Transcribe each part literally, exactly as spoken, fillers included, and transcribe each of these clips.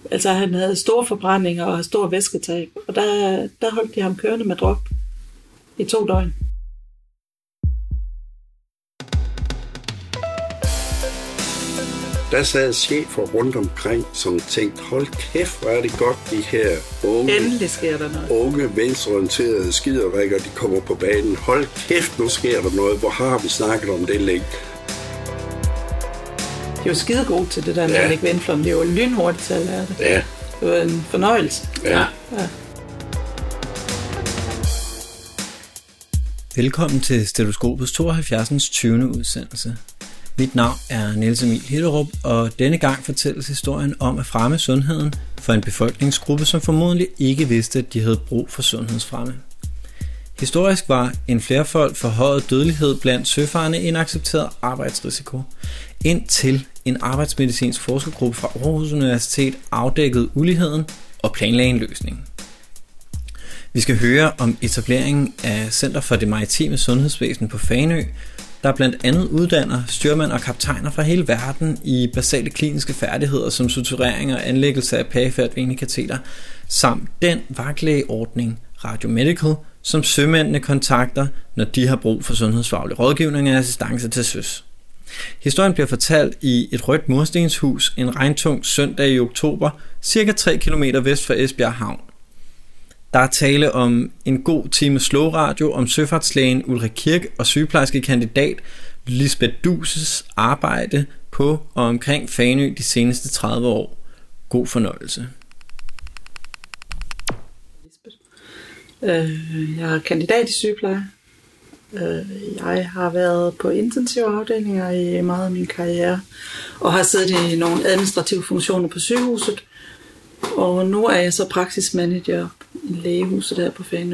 altså han havde store forbrændinger og stor væsketab, og der, der holdt de ham kørende med drop i to døgn. Der sad chefer rundt omkring, som tænkte, hold kæft, hvor er det godt, de her unge, Endelig sker der noget. unge venstreorienterede skiderikker, de kommer på banen. Hold kæft, nu sker der noget. Hvor har vi snakket om det længe? De var skide gode til det der med ja. Annick Vindflom. Det var lynhurtigt til at lære det. Ja. Det var en fornøjelse. Ja. ja. Velkommen til Stetoskopets tooghalvfjerdsende tyvende udsendelse. Mit navn er Niels Emil Hilderup, og denne gang fortælles historien om at fremme sundheden for en befolkningsgruppe, som formodentlig ikke vidste, at de havde brug for sundhedsfremme. Historisk var en flerfold forhøjet dødelighed blandt søfarende en accepteret arbejdsrisiko, indtil en arbejdsmedicinsk forskergruppe fra Aarhus Universitet afdækkede uligheden og planlagde en løsning. Vi skal høre om etableringen af Center for det Maritime Sundhedsvæsen på Fanø, der blandt andet uddanner styrmænd og kaptajner fra hele verden i basale kliniske færdigheder som suturering og anlæggelse af perifert venekateter, samt den vagtlægeordning Radio Medical, som sømændene kontakter, når de har brug for sundhedsfaglig rådgivning og assistance til søs. Historien bliver fortalt i et rødt murstenshus en regntung søndag i oktober, cirka tre kilometer vest for Esbjerg Havn. Der er tale om en god time slow radio om søfartslægen Ulrik Kirk og sygeplejerskekandidat Lisbeth Duses arbejde på og omkring Fanø de seneste tredive år. God fornøjelse. Jeg er kandidat i sygepleje. Jeg har været på intensive afdelinger i meget af min karriere og har siddet i nogle administrative funktioner på sygehuset. Og nu er jeg så praksismanager i lægehuset der på Fanø.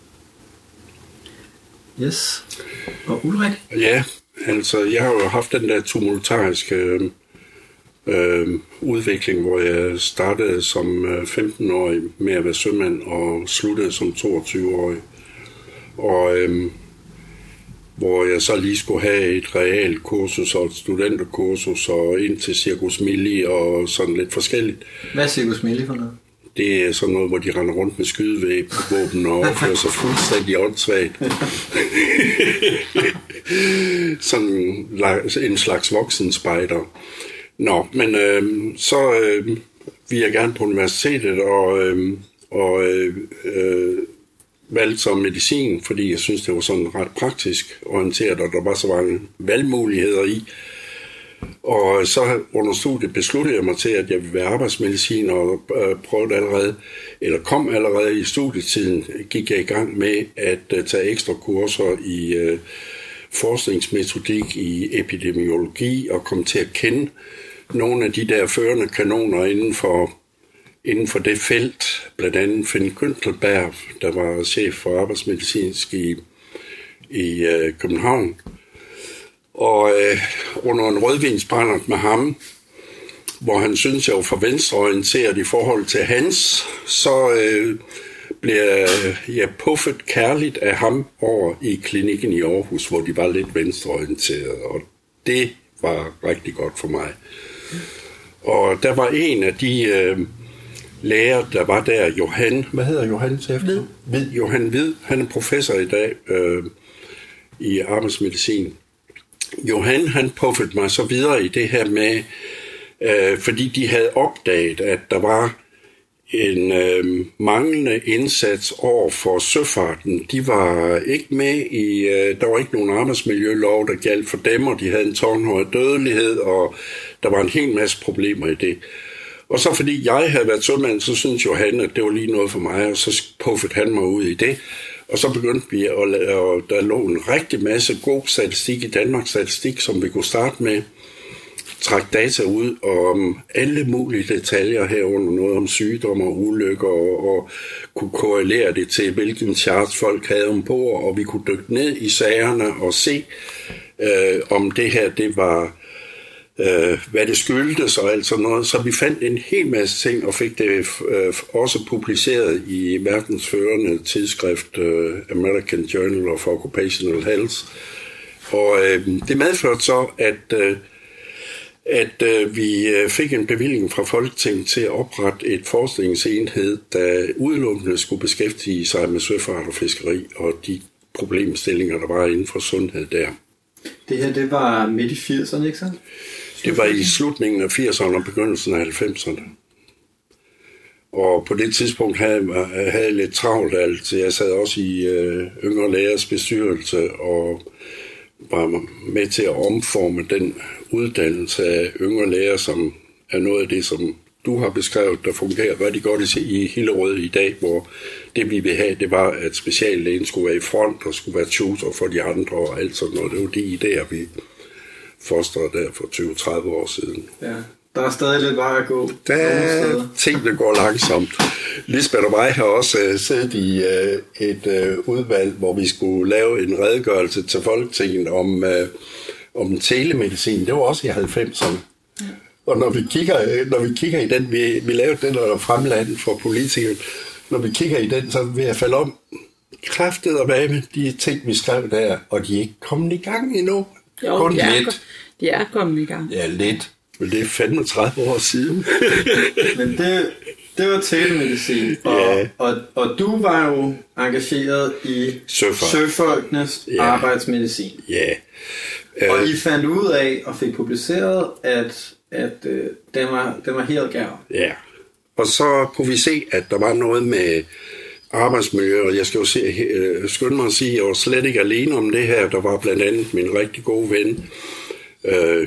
Yes. Og Ulrik? Ja, altså jeg har jo haft den der tumultariske øh, udvikling, hvor jeg startede som femten-årig med at være sømand og sluttede som toogtyve-årig. Og øh, hvor jeg så lige skulle have et realt kursus og et studenterkursus og ind til Circus Milli og sådan lidt forskelligt. Hvad er Circus Milli for noget? Det er sådan noget, hvor de render rundt med skydevåben og opfører sig fuldstændig åndssvagt. Sådan en slags voksenspejder. Nå, men øh, så øh, vil jeg gerne på universitetet og, øh, og øh, øh, valgte som medicin, fordi jeg synes, det var sådan ret praktisk orienteret, og der var så mange valgmuligheder i. Og så under studiet besluttede jeg mig til, at jeg ville være arbejdsmedicin, og øh, prøvede allerede, eller kom allerede i studietiden, gik jeg i gang med at uh, tage ekstra kurser i uh, forskningsmetodik, i epidemiologi, og kom til at kende nogle af de der førende kanoner inden for, inden for det felt, blandt andet Finn Güntelberg, der var chef for arbejdsmedicinsk i, i uh, København. Og øh, under en rødvinsbrænder med ham, hvor han synes, jeg var for venstreorienteret i forhold til hans, så øh, bliver jeg puffet kærligt af ham over i klinikken i Aarhus, hvor de var lidt venstreorienteret, og det var rigtig godt for mig. Og der var en af de øh, læger, der var der, Johan, hvad hedder Johan til efter? Hvid. Johan Hvid, han er professor i dag øh, i arbejdsmedicin. Johan, han puffede mig så videre i det her med, øh, fordi de havde opdaget, at der var en øh, manglende indsats over for søfarten. De var ikke med i, øh, der var ikke nogen arbejdsmiljølov, der galt for dem, og de havde en tårnhøj dødelighed, og der var en hel masse problemer i det. Og så fordi jeg havde været sømand, så synes Johan, at det var lige noget for mig, og så puffede han mig ud i det. Og så begyndte vi at lave, og der lå en rigtig masse god statistik i Danmarks statistik, som vi kunne starte med, trække data ud om alle mulige detaljer herunder, noget om sygdomme og ulykker, og, og kunne korrelere det til, hvilken charts folk havde ombord, og vi kunne dykke ned i sagerne og se, øh, om det her, det var, øh, hvad det skyldtes og alt sådan noget. Så vi fandt en hel masse ting og fik det øh, også publiceret i verdensførende tidsskrift øh, American Journal of Occupational Health. Og øh, det medførte så, at, øh, at øh, vi øh, fik en bevilling fra Folketinget til at oprette et forskningsenhed, der udelukkende skulle beskæftige sig med søfart og fiskeri og de problemstillinger, der var inden for sundhed der. Det her, det var midt i firserne, ikke sandt? Det var i slutningen af firserne og begyndelsen af halvfemserne. Og på det tidspunkt havde jeg havde lidt travlt alt. Jeg sad også i øh, Yngre Lægers bestyrelse og var med til at omforme den uddannelse af yngre læger, som er noget af det, som du har beskrevet, der fungerer rigtig godt i Hillerød i dag, hvor det vi vil have, det var, at speciallægen skulle være i front og skulle være tutor for de andre og alt sådan noget. Det var de idéer, vi fostrede der for tyve til tredive år siden. Ja. Der er stadig lidt vej at gå. Der er ting, der går langsomt. Lisbeth og mig har også uh, siddet i uh, et uh, udvalg, hvor vi skulle lave en redegørelse til Folketinget om, uh, om telemedicin. Det var også i halvfemserne. Ja. Og når vi kigger, når vi kigger i den, vi, vi lavede den og fremlagde den for politikere, når vi kigger i den, så vil jeg falde om kraftet og hvad med de ting, vi skrev der, og de er ikke kommet i gang endnu. Jo, Kun de er, lidt. de er kommet i gang. Ja, lidt. Men det er fandme tredive år siden. Men det, det var telemedicin, og, ja. og, og du var jo engageret i Søfart. søfolkenes ja. arbejdsmedicin. Ja. Og Uh, I fandt ud af og fik publiceret, at, at uh, den, var, den var helt gærlig. Ja. Og så kunne vi se, at der var noget med arbejdsmiljø, og jeg skal jo se, uh, skynde mig at sige, at jeg var slet ikke alene om det her. Der var blandt andet min rigtig gode ven, uh,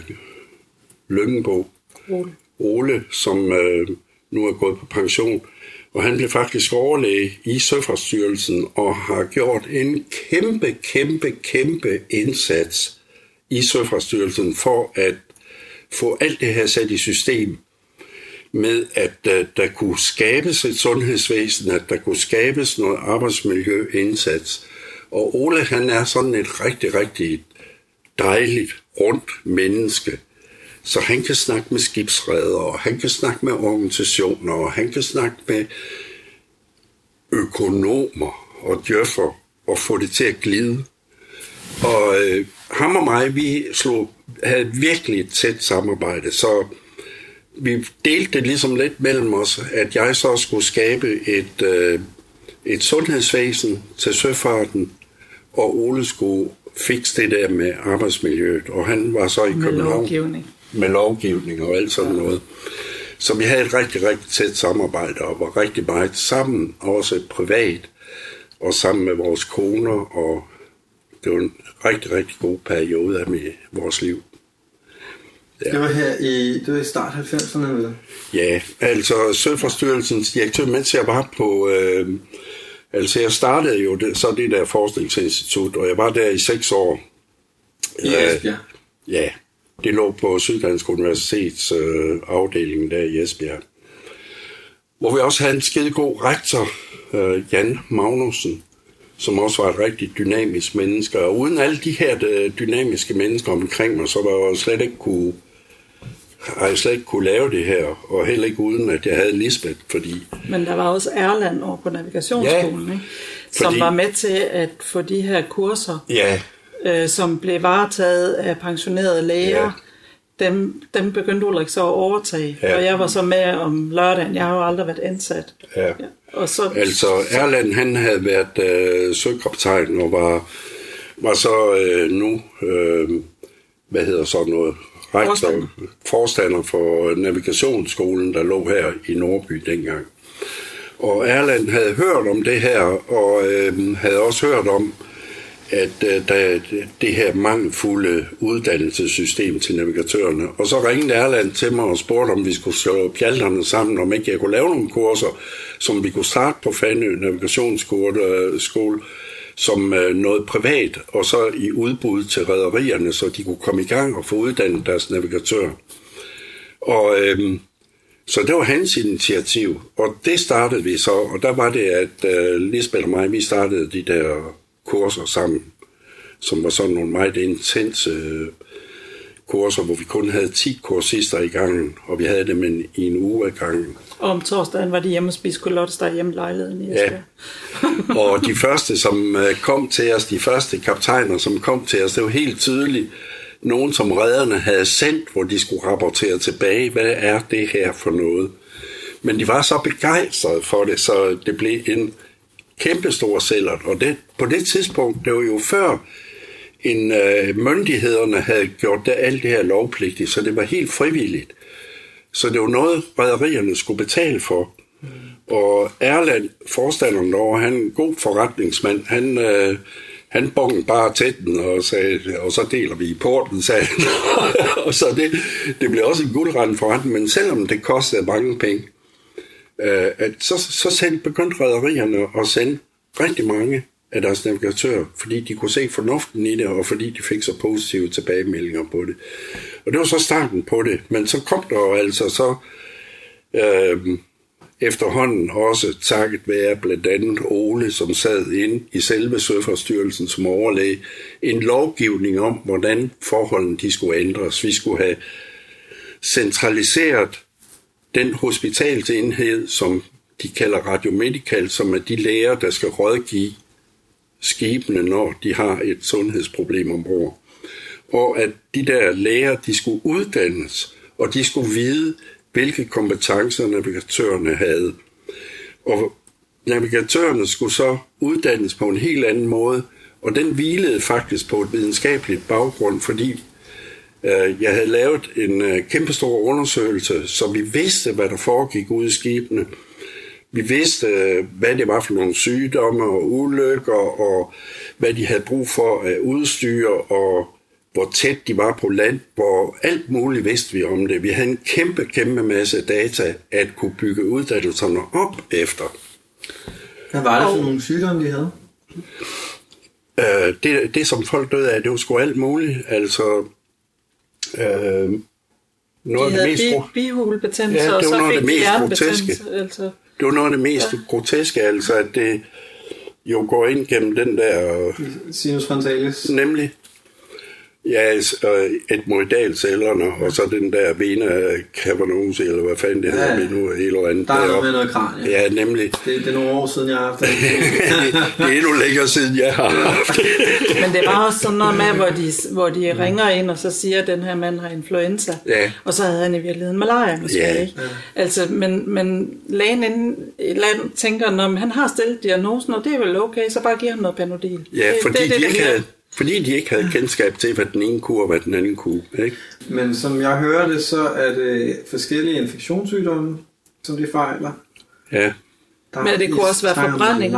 Lyngenbo, Ole. Ole, som øh, nu er gået på pension. Og han blev faktisk overlæge i Søfartsstyrelsen og har gjort en kæmpe, kæmpe, kæmpe indsats i Søfartsstyrelsen for at få alt det her sat i system med, at uh, der kunne skabes et sundhedsvæsen, at der kunne skabes noget arbejdsmiljøindsats. Og Ole, han er sådan et rigtig, rigtig dejligt, rundt menneske. Så han kan snakke med skibsredere, og han kan snakke med organisationer, og han kan snakke med økonomer og djøffer, og få det til at glide. Og øh, ham og mig, vi slog, havde virkelig et tæt samarbejde, så vi delte det ligesom lidt mellem os, at jeg så skulle skabe et, øh, et sundhedsvæsen til søfarten, og Ole skulle fikse det der med arbejdsmiljøet, og han var så i med København. Lovgivning. Med lovgivning og alt sådan noget. Så vi havde et rigtig, rigtig tæt samarbejde, og var rigtig meget sammen, også privat, og sammen med vores koner, og det var en rigtig, rigtig god periode af med vores liv. Ja. Det var her i, det var i start halvfemserne, eller? Ja, altså Søfartsstyrelsens direktør, mens jeg var på, øh, altså jeg startede jo det, så det der forskningsinstitut, og jeg var der i seks år. I Esbjerg? Øh, ja, det lå på Syddansk Universitets øh, afdeling der i Esbjerg. Hvor vi også havde en skide god rektor, øh, Jan Magnussen, som også var et rigtig dynamisk menneske. Og uden alle de her øh, dynamiske mennesker omkring mig, så var jeg slet ikke kunne, jeg slet ikke kunne lave det her. Og heller ikke uden, at jeg havde Lisbeth, fordi... Men der var også Erland over på Navigationsskolen, ja, ikke? Som fordi... var med til at få de her kurser, ja. øh, som blev varetaget af pensionerede læger, ja. Dem, dem begyndte Ulrik så at overtage, ja. Og jeg var så med om lørdagen. Jeg har jo aldrig været ansat. Ja. Ja. Og så, altså Erland, han havde været øh, søkaptajn og var, var så øh, nu, øh, hvad hedder så noget, rektor, forstander. forstander for Navigationsskolen, der lå her i Nordby dengang. Og Erland havde hørt om det her, og øh, havde også hørt om, at øh, der det her mangelfulde uddannelsessystem til navigatørerne. Og så ringede Erland til mig og spurgte, om vi skulle slå pjalterne sammen, om ikke jeg kunne lave nogle kurser, som vi kunne starte på Fanø Navigationsskole, som øh, noget privat, og så i udbud til rederierne, så de kunne komme i gang og få uddannet deres navigatører. Og øh, så det var hans initiativ, og det startede vi så, og der var det, at øh, Lisbeth og mig, vi startede de der kurser sammen, som var sådan nogle meget intense øh, kurser, hvor vi kun havde ti kursister i gangen, og vi havde dem en, i en uge ad gangen. Og om torsdagen var de hjemme og spiste culottes der hjemme i lejligheden i Esbjerg. Ja, og de første, som øh, kom til os, de første kaptajner, som kom til os, det var helt tydeligt, nogen, som redderne havde sendt, hvor de skulle rapportere tilbage, hvad er det her for noget. Men de var så begejstrede for det, så det blev en kæmpestor sælger. Og det, på det tidspunkt, det var jo før en, øh, myndighederne havde gjort det, alt det her lovpligtigt, så det var helt frivilligt. Så det var noget, rederierne skulle betale for. Mm. Og Erland, forstanderen derovre, han er en god forretningsmand, han... Øh, Han bongede bare tætten og sagde, og så deler vi i porten, sagde han. Og så det, det blev også en guldrende forretning, men selvom det kostede mange penge, øh, at så, så sendte, begyndte rederierne at sende rigtig mange af deres navigatører, fordi de kunne se fornuften i det, og fordi de fik så positive tilbagemeldinger på det. Og det var så starten på det, men så kom der jo altså så... Øh, efterhånden også takket være blandt andet Ole, som sad inde i selve Søfartsstyrelsen som overlæge, en lovgivning om, hvordan forholdene de skulle ændres. Vi skulle have centraliseret den hospitalsenhed, som de kalder radiomedical, som er de læger, der skal rådgive skibene, når de har et sundhedsproblem ombord. Og at de der læger, de skulle uddannes, og de skulle vide, hvilke kompetencer navigatørerne havde. Og navigatørerne skulle så uddannes på en helt anden måde, og den hvilede faktisk på et videnskabeligt baggrund, fordi øh, jeg havde lavet en øh, kæmpestor undersøgelse, så vi vidste, hvad der foregik ude i skibene. Vi vidste, øh, hvad det var for nogle sygdomme og ulykker, og hvad de havde brug for at udstyre, og hvor tæt de var på land, hvor alt muligt vidste vi om det. Vi havde en kæmpe, kæmpe masse data at kunne bygge uddannelserne op efter. Hvad var det for nogle sygdomme, de havde? Øh, det, det, som folk døde af, det var sgu alt muligt. Altså, øh, noget de af det mest... havde bihulebetændelse, ja, og så fik de hjernebetændelse. Altså. Det var noget af det mest ja. groteske, altså, at det jo går ind gennem den der... Sinus frontalis. Nemlig. Ja, etmoidalcellerne, og så den der vena cavernose, eller hvad fanden det hedder, ja, nu er helt andet. Der er noget med noget kran, ja. Ja, nemlig. Det, det er nogle år siden, jeg har haft det. Det er endnu længere siden, jeg har haft det. Men det var også sådan noget med, hvor de, hvor de ringer ind, og så siger, at den her mand har influenza. Ja. Og så havde han i virkeligheden malaria, måske ja. ikke. Ja. Altså, men, men lægen inden i land tænker, at han har stillet diagnosen, og det er vel okay, så bare giver han noget Panodil. Ja, det, fordi det, det, de det, ikke havde... Fordi de ikke havde kendskab til, hvad den ene kunne og hvad den anden kunne. Ikke? Men som jeg hører det, så er det forskellige infektionssygdomme, som de fejler. Ja. Der Men det kunne også være forbrændinger.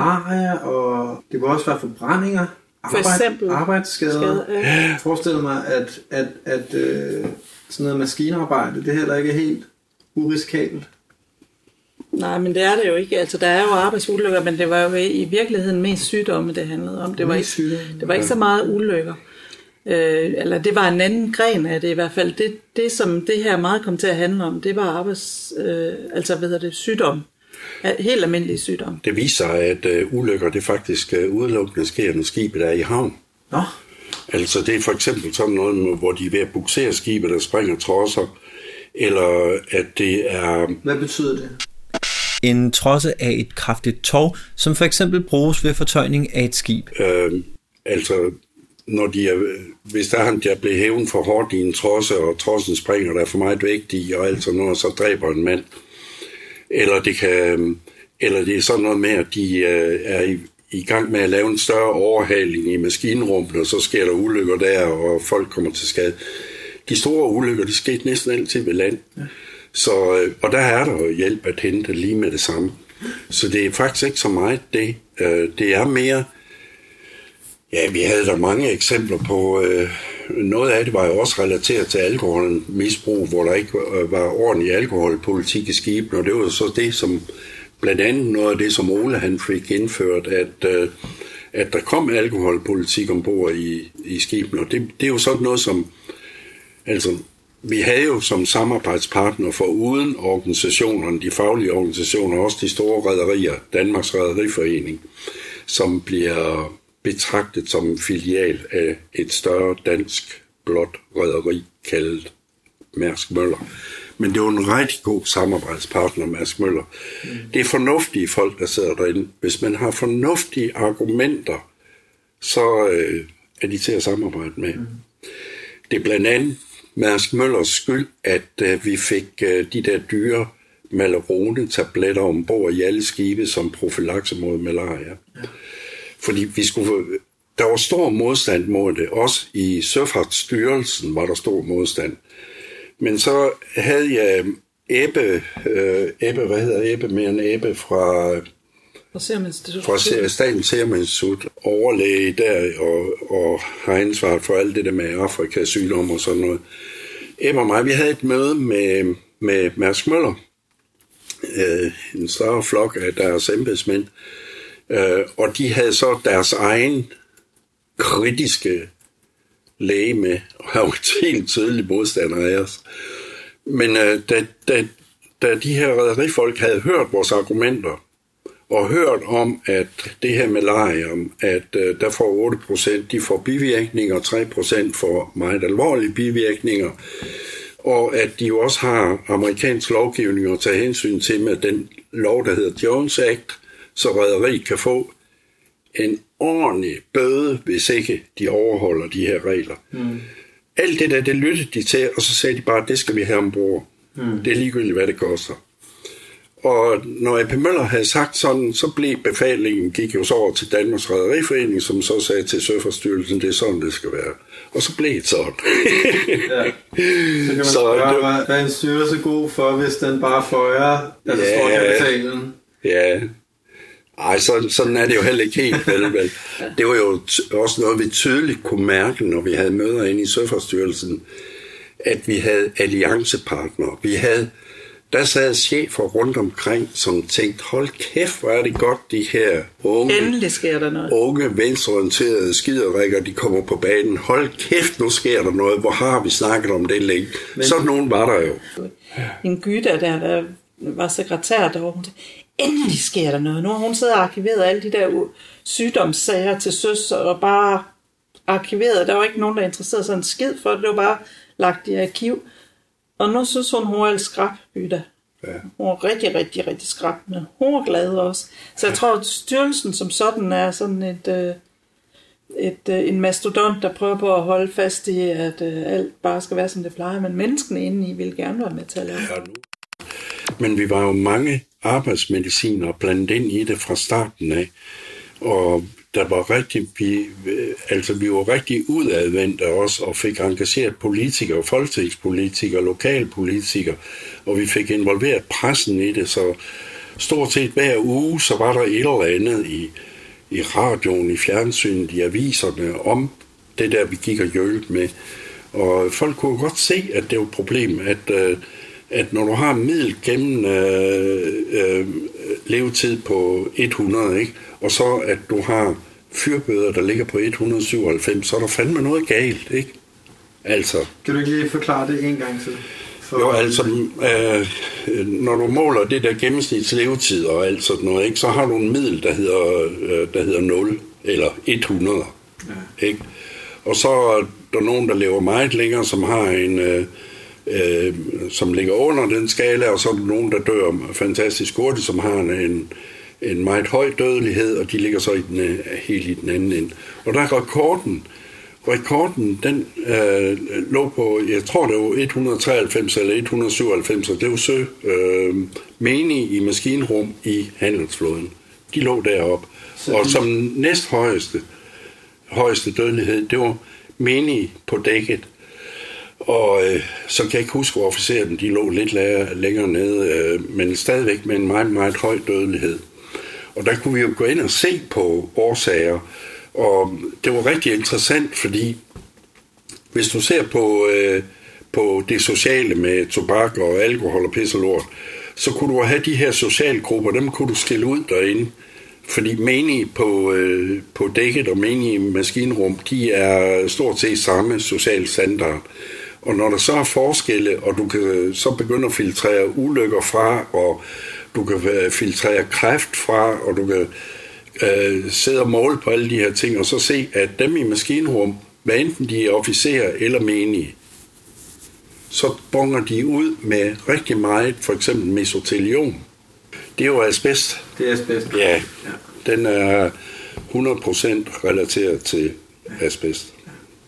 Og det kunne også være forbrændinger. For eksempel. Arbejdsskader. Skade, ja. Jeg forestiller mig, at, at, at øh, sådan noget maskinarbejde, det heller ikke er helt uriskabelt. Nej, men det er det jo ikke. Altså, der er jo arbejdsulykker, men det var jo i virkeligheden mest sygdomme, det handlede om. Det var ikke, det var ikke så meget ulykker. Øh, eller det var en anden gren af det i hvert fald. Det, det som det her meget kom til at handle om, det var arbejds, øh, altså hvad hedder det, sygdom. Helt almindelige sygdom. Det viser, at øh, ulykker, det faktisk øh, udelukkende sker, når skibet er i havn. Nå. Altså det er for eksempel sådan noget, hvor de er ved at buksere skibet, der springer trosser, eller at det er... Hvad betyder det? En trosse er et kraftigt tov, som for eksempel bruges ved fortøjning af et skib. Øh, altså, når de er, hvis der er han, der bliver hævet for hårdt i en trosse, og trossen springer, der er for meget vægt i, og alt sådan noget, så dræber en mand. Eller det, kan, eller det er sådan noget med, at de øh, er i, i gang med at lave en større overhaling i maskinrummet, og så sker der ulykker der, og folk kommer til skade. De store ulykker, de sker næsten altid ved land. Ja. Så, og der er der jo hjælp at hente lige med det samme. Så det er faktisk ikke så meget det. Det er mere... Ja, vi havde der mange eksempler på... Noget af det var jo også relateret til alkoholmisbrug, hvor der ikke var ordentlig alkoholpolitik i skibene, og det var så det, som... Blandt andet noget af det, som Ole han fik indført, at, at der kom alkoholpolitik ombord i, i skibene, og det, det er jo sådan noget, som... Altså, vi havde jo som samarbejdspartner for uden organisationerne, de faglige organisationer, også de store rederier, Danmarks Rederiforening, som bliver betragtet som en filial af et større dansk blåt rederi kaldet Mærsk Møller. Men det var en rigtig god samarbejdspartner, Mærsk Møller. Mm. Det er fornuftige folk, der sidder derinde. Hvis man har fornuftige argumenter, så øh, er de til at samarbejde med. Mm. det er blandt andet Mærsk Møllers skyld, at uh, vi fik uh, de der dyre Malarone-tabletter ombord i alle skibe som profylakse mod malaria. Ja. Fordi vi skulle, der var stor modstand mod det. Også i Søfartsstyrelsen var der stor modstand. Men så havde jeg Ebbe, øh, Ebbe hvad hedder Ebbe, mere end Ebbe fra, fra Statens Serum Institut, overlæge der og, og har ansvaret for alt det der med Afrika, sygdom og sådan noget. Ebbe og mig, vi havde et møde med, med Mærsk Møller, øh, en større flok af deres embedsmænd, øh, og de havde så deres egen kritiske læge med, og han var helt tydelig modstander af os. Men øh, da, da, da de her rederifolk havde hørt vores argumenter, og hørt om, at det her malaria, at øh, der får otte procent, de får bivirkninger, tre procent får meget alvorlige bivirkninger, og at de jo også har amerikansk lovgivning at tage hensyn til med den lov, der hedder Jones Act, så rederiet kan få en ordentlig bøde, hvis ikke de overholder de her regler. Mm. Alt det der, det lyttede de til, og så sagde de bare, det skal vi have ombord. Mm. Det er ligegyldigt, hvad det koster. Og når A P Møller havde sagt sådan, så blev befalingen, gik jo så over til Danmarks Rederiforening, som så sagde til Søfartsstyrelsen, det er sådan, det skal være. Og så blev det sådan. Ja. Så kan man så spørge, det, hvad er en styrelse god for, hvis den bare føjer, altså ja, står kapitalen? Ja, ej, så, sådan er det jo heller ikke helt, vel, vel. Det var jo t- også noget, vi tydeligt kunne mærke, når vi havde møder inde i Søfartsstyrelsen, at vi havde alliancepartnere. Vi havde, der sad chefer rundt omkring, som tænkte, hold kæft, hvor er det godt, de her unge, endelig sker der noget. Unge venstreorienterede skiderikker, de kommer på banen. Hold kæft, nu sker der noget. Hvor har vi snakket om det længe? Men sådan nogen var der jo. En Gyda, der, der var sekretær derovre, hun sagde, endelig sker der noget. Nu har hun siddet og arkiveret alle de der sygdomssager til søs, og bare arkiveret. Der var ikke nogen, der interesserede sig en skid for det. Det var bare lagt i arkiv. Og nu synes hun, hun er lidt skrab, Gyda. Ja. Hun er rigtig, rigtig, rigtig skrab, men hun er glad også. Så jeg tror, at styrelsen som sådan er sådan et, et, en mastodont, der prøver på at holde fast i, at alt bare skal være, som det plejer. Men menneskene inde i vil gerne være med til at lave. Ja, nu. Men vi var jo mange arbejdsmediciner blandt ind i det fra starten af, og der var rigtig, vi, altså vi var rigtig udadvendte også, og fik engageret politikere, folketingspolitikere, lokalpolitikere, og vi fik involveret pressen i det, så stort set hver uge, så var der et eller andet i, i radioen, i fjernsynet, i aviserne, om det der, vi gik og hjælp med. Og folk kunne godt se, at det var et problem, at at når du har middel gennem øh, øh, levetid på hundrede, ikke? Og så at du har fyrbøder, der ligger på et hundrede og syvoghalvfems, så er der fandme noget galt, ikke? Altså. Kan du ikke lige forklare det en gang til? For... Jo, altså, øh, når du måler det der gennemsnitslevetid og alt sådan noget, ikke? Så har du en middel, der hedder, øh, der hedder nul, eller hundrede, ja. Ikke? Og så er der nogen, der lever meget længere, som har en... Øh, Øh, som ligger under den skala, og så er der nogen, der dør fantastisk hurtigt, som har en, en meget høj dødelighed, og de ligger så i den, helt i den anden ende. Og der er rekorden. Rekorden, den øh, lå på, jeg tror det var et hundrede og treoghalvfems eller et hundrede og syvoghalvfems, og det var sø øh, menig i maskinrum i handelsflåden. De lå deroppe. Og som næsthøjeste højeste dødelighed, det var menig på dækket. Og øh, så kan jeg ikke huske, hvor officeren, de lå lidt længere, længere nede, øh, men stadigvæk med en meget, meget høj dødelighed. Og der kunne vi jo gå ind og se på årsager, og det var rigtig interessant, fordi hvis du ser på, øh, på det sociale med tobak og alkohol og pis og lort, så kunne du have de her sociale grupper, dem kunne du skille ud derinde. Fordi menige på, øh, på dækket og menige i maskinrum, de er stort set samme social standard. Og når der så er forskelle, og du kan så begynde at filtrere ulykker fra, og du kan filtrere kræft fra, og du kan øh, sidde og måle på alle de her ting, og så se, at dem i maskinrum, hvad enten de er officerer eller menige, så bonger de ud med rigtig meget, for eksempel mesoteliom. Det er jo asbest. Det er asbest. Ja, ja. Den er hundrede procent relateret til asbest.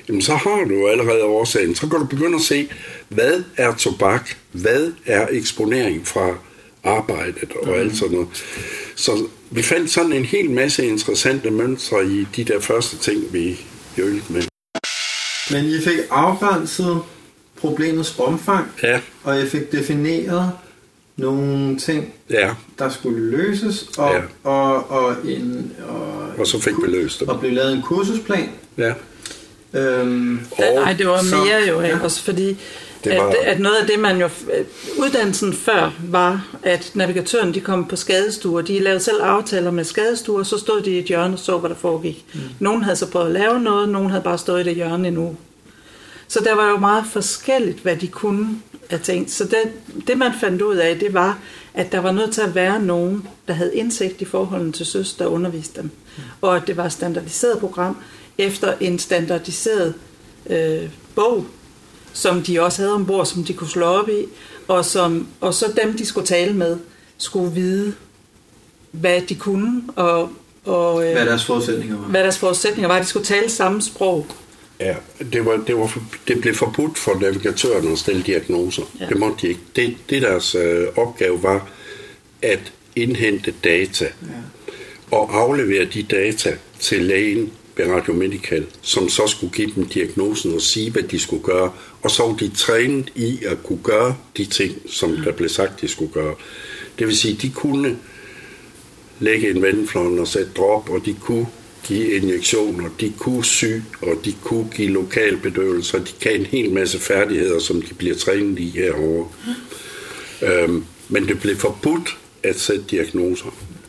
jamen så har du allerede årsagen. Så kan du begynde at se, hvad er tobak, hvad er eksponering fra arbejdet og mm. alt sådan noget. Så vi fandt sådan en hel masse interessante mønstre i de der første ting, vi hjælpede med. Men I fik afgrænset problemets omfang, ja. og I fik defineret nogle ting, ja. der skulle løses, og, ja. og, og, en, og, og så fik vi løst det. Og blev lavet en kursusplan. Ja. Øhm, Nej, det var mere så, jo, ja. Også fordi var... at, at noget af det, man jo... Uddannelsen før var, at navigatøren, de kom på skadestuer, de lavede selv aftaler med skadestuer, så stod de i et hjørne og så, hvad der foregik. Mm. Nogen havde så prøvet at lave noget, nogen havde bare stået i det hjørne endnu. Så der var jo meget forskelligt, hvad de kunne af ting. Så det, det, man fandt ud af, det var, at der var nødt til at være nogen, der havde indsigt i forholdene til søs, der underviste dem. Mm. Og at det var et standardiseret program, efter en standardiseret øh, bog, som de også havde ombord, som de kunne slå op i, og, som, og så dem, de skulle tale med, skulle vide, hvad de kunne, og, og øh, hvad deres forudsætninger var. Hvad deres forudsætninger var. De skulle tale samme sprog. Ja, det, var, det, var, det blev forbudt for navigatørerne at stille diagnoser. Ja. Det måtte de ikke. Det, det deres øh, opgave var at indhente data, ja. og aflevere de data til lægen ved Radiomedical, som så skulle give dem diagnosen og sige, hvad de skulle gøre. Og så var de trænet i at kunne gøre de ting, som der blev sagt, de skulle gøre. Det vil sige, de kunne lægge en vandflån og sætte drop, og de kunne give injektioner, de kunne sy, og de kunne give lokal bedøvelse, og de kan en hel masse færdigheder, som de bliver trænet i herovre. Mm. Øhm, men det blev forbudt at sætte diagnoser.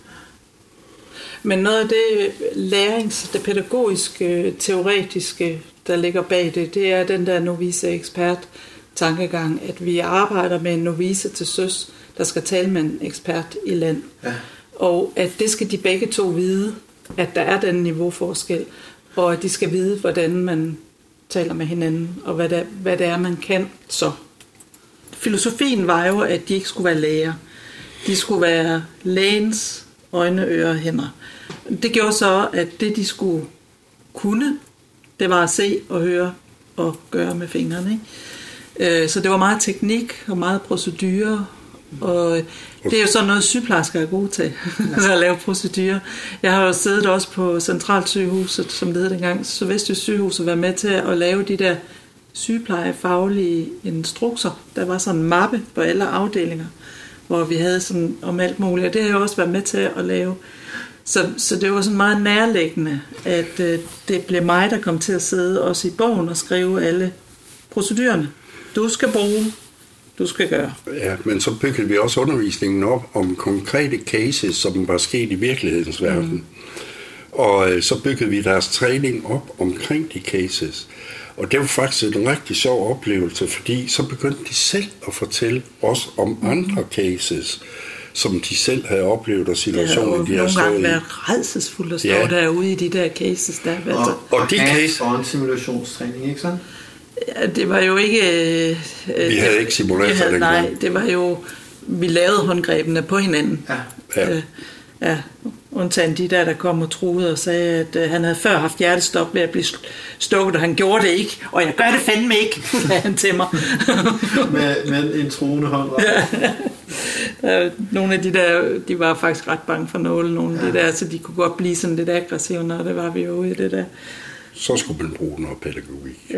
Men noget af det lærings, det pædagogiske, teoretiske, der ligger bag det, det er den der novice-ekspert-tankegang, at vi arbejder med en novice til søs, der skal tale med en ekspert i land. Ja. Og at det skal de begge to vide, at der er den niveauforskel, og at de skal vide, hvordan man taler med hinanden, og hvad det, hvad det er, man kan så. Filosofien var jo, at de ikke skulle være læger. De skulle være lægens øjne, ører og hænder. Det gjorde så, at det, de skulle kunne, det var at se og høre og gøre med fingrene. Ikke? Så det var meget teknik og meget procedure, og det er jo sådan noget, sygeplejersker er gode til, at lave procedurer. Jeg har jo siddet også på Centralsygehuset, som det hed dengang, så Vestjysk Sygehus, og været med til at lave de der sygeplejefaglige instrukser. Der var sådan en mappe på alle afdelinger, hvor vi havde sådan om alt muligt, og det har jeg også været med til at lave. Så, så det var sådan meget nærliggende, at øh, det blev mig, der kom til at sidde også i bogen og skrive alle procedurerne. Du skal bruge, du skal gøre. Ja, men så byggede vi også undervisningen op om konkrete cases, som var sket i virkelighedens verden. Mm. Og øh, så byggede vi deres træning op omkring de cases. Og det var faktisk en rigtig sjov oplevelse, fordi så begyndte de selv at fortælle os om andre cases, som de selv havde oplevet, og situationer, de har stået i. Det har nogle gange været rædselsfuldt at stå ja. derude i de der cases. Der. Og, og, og de cases... Og en simulationstræning, ikke sådan? Ja, det var jo ikke... Øh, vi havde ikke simulatorer dengang. Nej, det var jo... Vi lavede håndgrebene på hinanden. Ja. Ja. Øh, ja. Undtagen de der, der kom og truede og sagde, at øh, han havde før haft hjertestop ved at blive stukket, og han gjorde det ikke. Og jeg gør det fandme ikke, sagde han til mig. med, med en truende hånd. Ja. Nogle af de der, de var faktisk ret bange for nåle, nogle af ja. de der, så de kunne godt blive sådan lidt aggressive, når det var vi jo i det der. Så skulle man bruge noget pædagogik. Ja.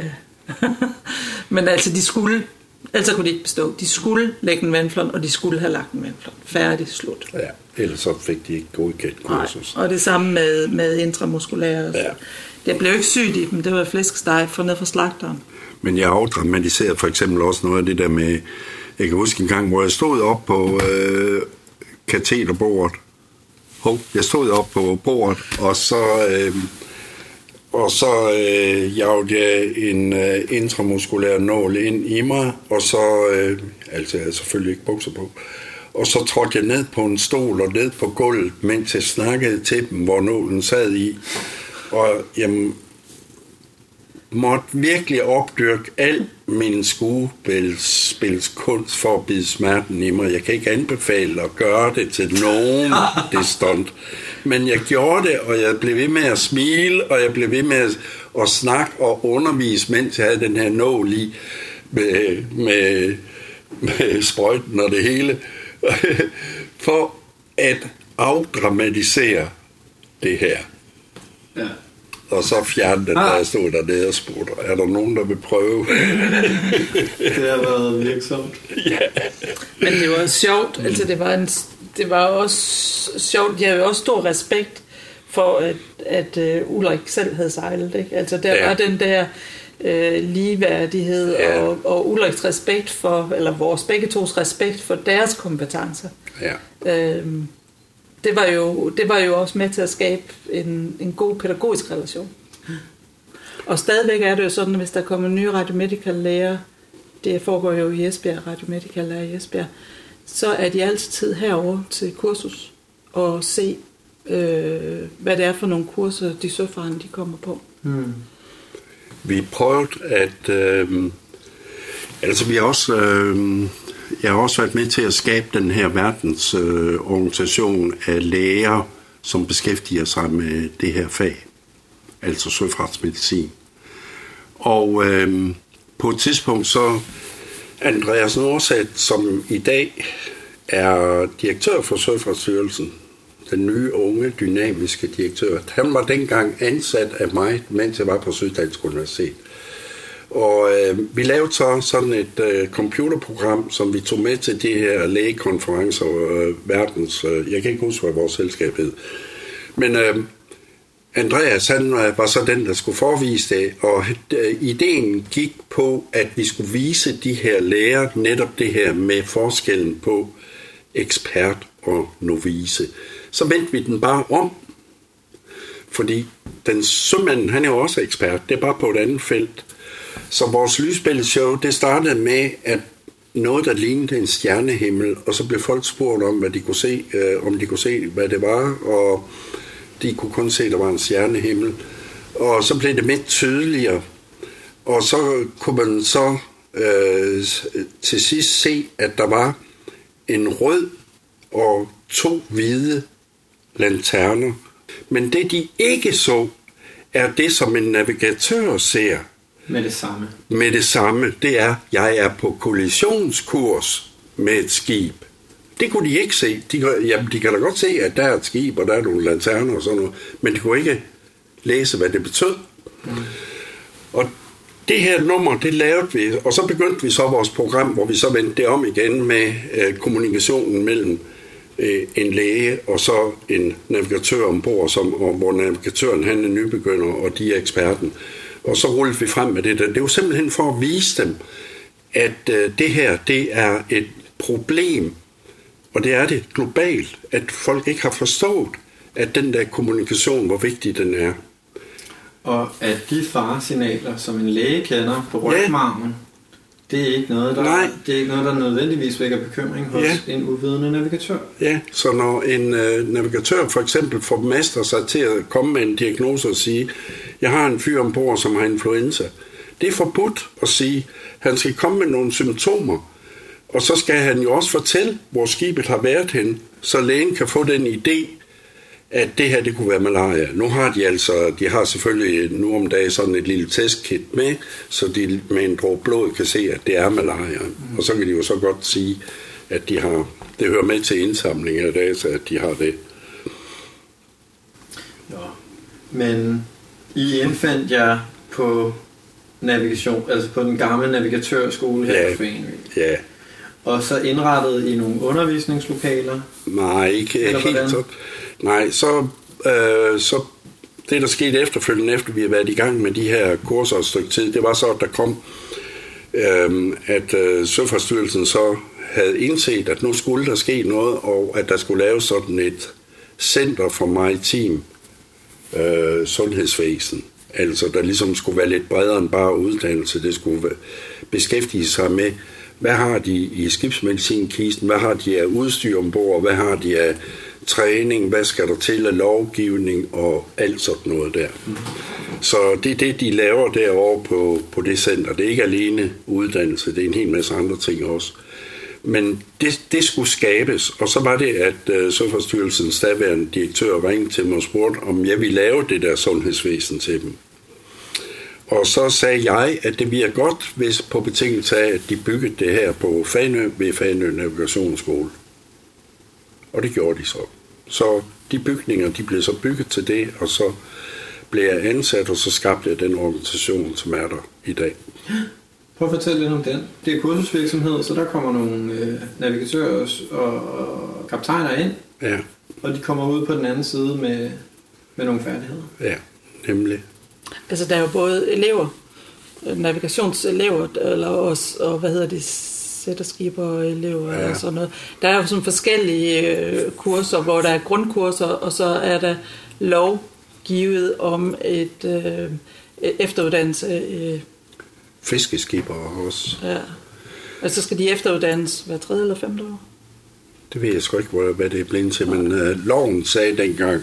Men altså, de skulle, altså kunne de ikke bestå. De skulle lægge en vandflån, og de skulle have lagt en vandflån. Færdig, slut. Ja, ellers så fik de ikke godkendt kursus. Og det samme med, med intramuskulære. Ja. Det blev ikke sygt i dem, det var flæskesteg for ned fra slagteren. Men jeg afdramatiserede for eksempel også noget af det der med, jeg kan huske en gang, hvor jeg stod op på øh, kateterbordet. Hov, jeg stod op på bordet, og så... Øh, Og så øh, jagede jeg en øh, intramuskulær nål ind i mig, og så, øh, altså jeg havde selvfølgelig ikke bukser på, og så trådte jeg ned på en stol og ned på gulvet, mens jeg snakkede til dem, hvor nålen sad i. Og jeg måtte virkelig opdyrke al min skuespilskunst for at bide smerten i mig. Jeg kan ikke anbefale at gøre det til nogen, det stunt. Men jeg gjorde det, og jeg blev ved med at smile, og jeg blev ved med at, at snakke og undervise, mens jeg havde den her nål i med, med, med sprøjten og det hele, for at afdramatisere det her. Ja. Og så fjerne den, ah. der stod dernede og spurgte, er der nogen, der vil prøve? Det har været virksomt. Ja. Men det var sjovt. Altså, det var, en, det var også sjovt. Jeg har jo også stor respekt for, at, at uh, Ulrik selv havde sejlet. Ikke? Altså, der ja. var den der uh, ligeværdighed ja. og, og Ulriks respekt for, eller vores begge tos respekt for deres kompetencer. Ja. Uh, Det var, jo, det var jo også med til at skabe en, en god pædagogisk relation. Og stadigvæk er det jo sådan, at hvis der kommer nye radiomedical læger, det foregår jo i Esbjerg, radiomedical læger i Esbjerg, så er de altid herovre til kursus og se, øh, hvad det er for nogle kurser, de søfarende de kommer på. Hmm. Vi prøvede at... Øh, altså vi har også... Øh, Jeg har også været med til at skabe den her verdensorganisation øh, af læger, som beskæftiger sig med det her fag, altså søfartsmedicin. Og øh, på et tidspunkt så Andreas Nordsat, som i dag er direktør for Søfartsstyrelsen, den nye unge dynamiske direktør, han var dengang ansat af mig, mens jeg var på Syddansk Universitet. Og øh, vi lavede så sådan et øh, computerprogram, som vi tog med til de her lægekonferencer og øh, verdens... Øh, jeg kan ikke huske, hvad vores selskab hed. Men øh, Andreas, han øh, var så den, der skulle forvise det, og øh, ideen gik på, at vi skulle vise de her læger netop det her med forskellen på ekspert og novice. Så vendte vi den bare om, fordi den sømanden, han er jo også ekspert, det er bare på et andet felt. Så vores lysbælteshow, det startede med, at noget, der lignede en stjernehimmel, og så blev folk spurgt om, hvad de kunne se, øh, om de kunne se, hvad det var, og de kunne kun se, at der var en stjernehimmel. Og så blev det mere tydeligere, og så kunne man så øh, til sidst se, at der var en rød og to hvide lanterner. Men det, de ikke så, er det, som en navigatør ser. Med det samme. Med det samme. Det er, jeg er på kollisionskurs med et skib. Det kunne de ikke se. De, jamen, de kan da godt se, at der er et skib, og der er nogle lanterner og sådan noget, men de kunne ikke læse, hvad det betød. Mm. Og det her nummer, det lavede vi, og så begyndte vi så vores program, hvor vi så vendte det om igen med øh, kommunikationen mellem øh, en læge og så en navigatør ombord, som, og hvor navigatøren han er nybegynder, og de er eksperten. Og så rullede vi frem med det der. Det var simpelthen for at vise dem, at øh, det her, det er et problem, og det er det globalt, at folk ikke har forstået, at den der kommunikation, hvor vigtig den er. Og at de faresignaler, som en læge kender på rygmarven, ja. det er ikke noget, der, Nej. det er ikke noget, der nødvendigvis vækker bekymring hos ja. en uvidende navigatør. Ja, så når en øh, navigatør for eksempel formester sig til at komme med en diagnose og sige, jeg har en fyr ombord, som har influenza. Det er forbudt at sige, han skal komme med nogle symptomer, og så skal han jo også fortælle, hvor skibet har været henne, så lægen kan få den idé, at det her, det kunne være malaria. Nu har de altså, de har selvfølgelig nu om dagen sådan et lille testkit med, så de med en dråbe blod kan se, at det er malaria. Og så kan de jo så godt sige, at de har, det hører med til indsamling af data, at de har det. Ja. Men I indfandt jer på navigation, altså på den gamle navigatørskole her ja. på Foreningen. Ja. Og så indrettede I nogle undervisningslokaler? Nej, ikke helt så. Nej, så, øh, så det, der skete efterfølgende, efter vi har været i gang med de her kurser et stykke tid, det var så, at der kom, øh, at øh, Søfartsstyrelsen så havde indset, at nu skulle der ske noget, og at der skulle laves sådan et center for maritim øh, sundhedsvæsen. Altså, der ligesom skulle være lidt bredere end bare uddannelse. Det skulle beskæftige sig med, hvad har de i skibsmedicinkisten, hvad har de af udstyr ombord, hvad har de af træning, hvad skal der til af lovgivning og alt sådan noget der. Mm. Så det er det, de laver derovre på, på det center. Det er ikke alene uddannelse, det er en hel masse andre ting også. Men det, det skulle skabes, og så var det, at øh, Søfartsstyrelsens daværende direktør ringede til mig og spurgte, om jeg ville lave det der sundhedsvæsen til dem. Og så sagde jeg, at det bliver godt, hvis på betingelse af, at de byggede det her på Fanø ved Fanø Navigationsskole. Og det gjorde de så. Så de bygninger, de blev så bygget til det, og så blev jeg ansat, og så skabte jeg den organisation, som er der i dag. Prøv at fortælle lidt om den. Det er kursusvirksomhed, så der kommer nogle øh, navigatører og, og kaptajner ind, ja. Og de kommer ud på den anden side med, med nogle færdigheder. Ja, nemlig. Altså der er jo både elever, navigationselever, eller også, og hvad hedder det, sætterskiber og elever, ja. Og sådan noget. Der er jo sådan forskellige øh, kurser, hvor der er grundkurser, og så er der lovgivet om et øh, efteruddannelse. Øh, Fiskeskiber også. Ja. Og så skal de efteruddannes hver tredje eller femte år? Det ved jeg sgu ikke, hvad det er blevet til, men øh, loven sagde dengang,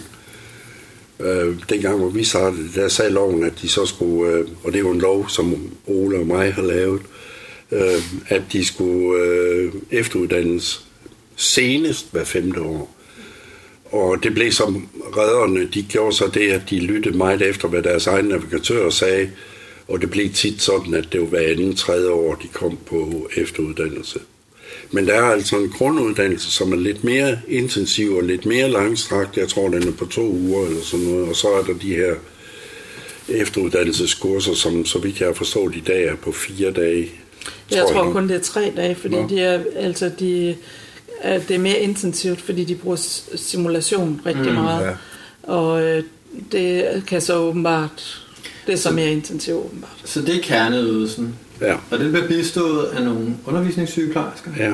øh, dengang hvor vi startede, der sagde loven, at de så skulle, øh, og det er jo en lov, som Ole og mig har lavet, øh, at de skulle øh, efteruddannes senest hver femte år. Og det blev som redderne, de gjorde så det, at de lyttede meget efter, hvad deres egen navigatører sagde, og det blev tit sådan, at det var hver anden tredje år, de kom på efteruddannelse. Men der er altså en grunduddannelse, som er lidt mere intensiv og lidt mere langstrakt. Jeg tror, den er på to uger eller sådan noget. Og så er der de her efteruddannelseskurser, som så vidt jeg har forstået i dag er på fire dage. Jeg tror, jeg tror kun det er tre dage, fordi de er, altså de, er, det er mere intensivt, fordi de bruger simulation rigtig mm, meget. Ja. Og øh, det kan så åbenbart... Det er så, så mere intensivt, åbenbart. Så det er kerneydelsen. Ja. Og det bliver bistået af nogle undervisningssygeplejersker? Ja.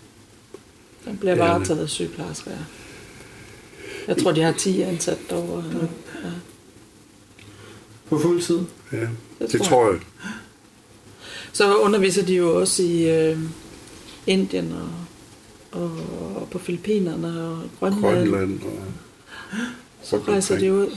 Den bliver varetaget af sygeplejersker, ja. Jeg tror, de har ti ansat derovre. Ja. På fuld tid? Ja, det, det tror, tror jeg. jeg. Så underviser de jo også i øh, Indien og, og, og på Filippinerne og Grønland. Grønland og... Så rejser de ud.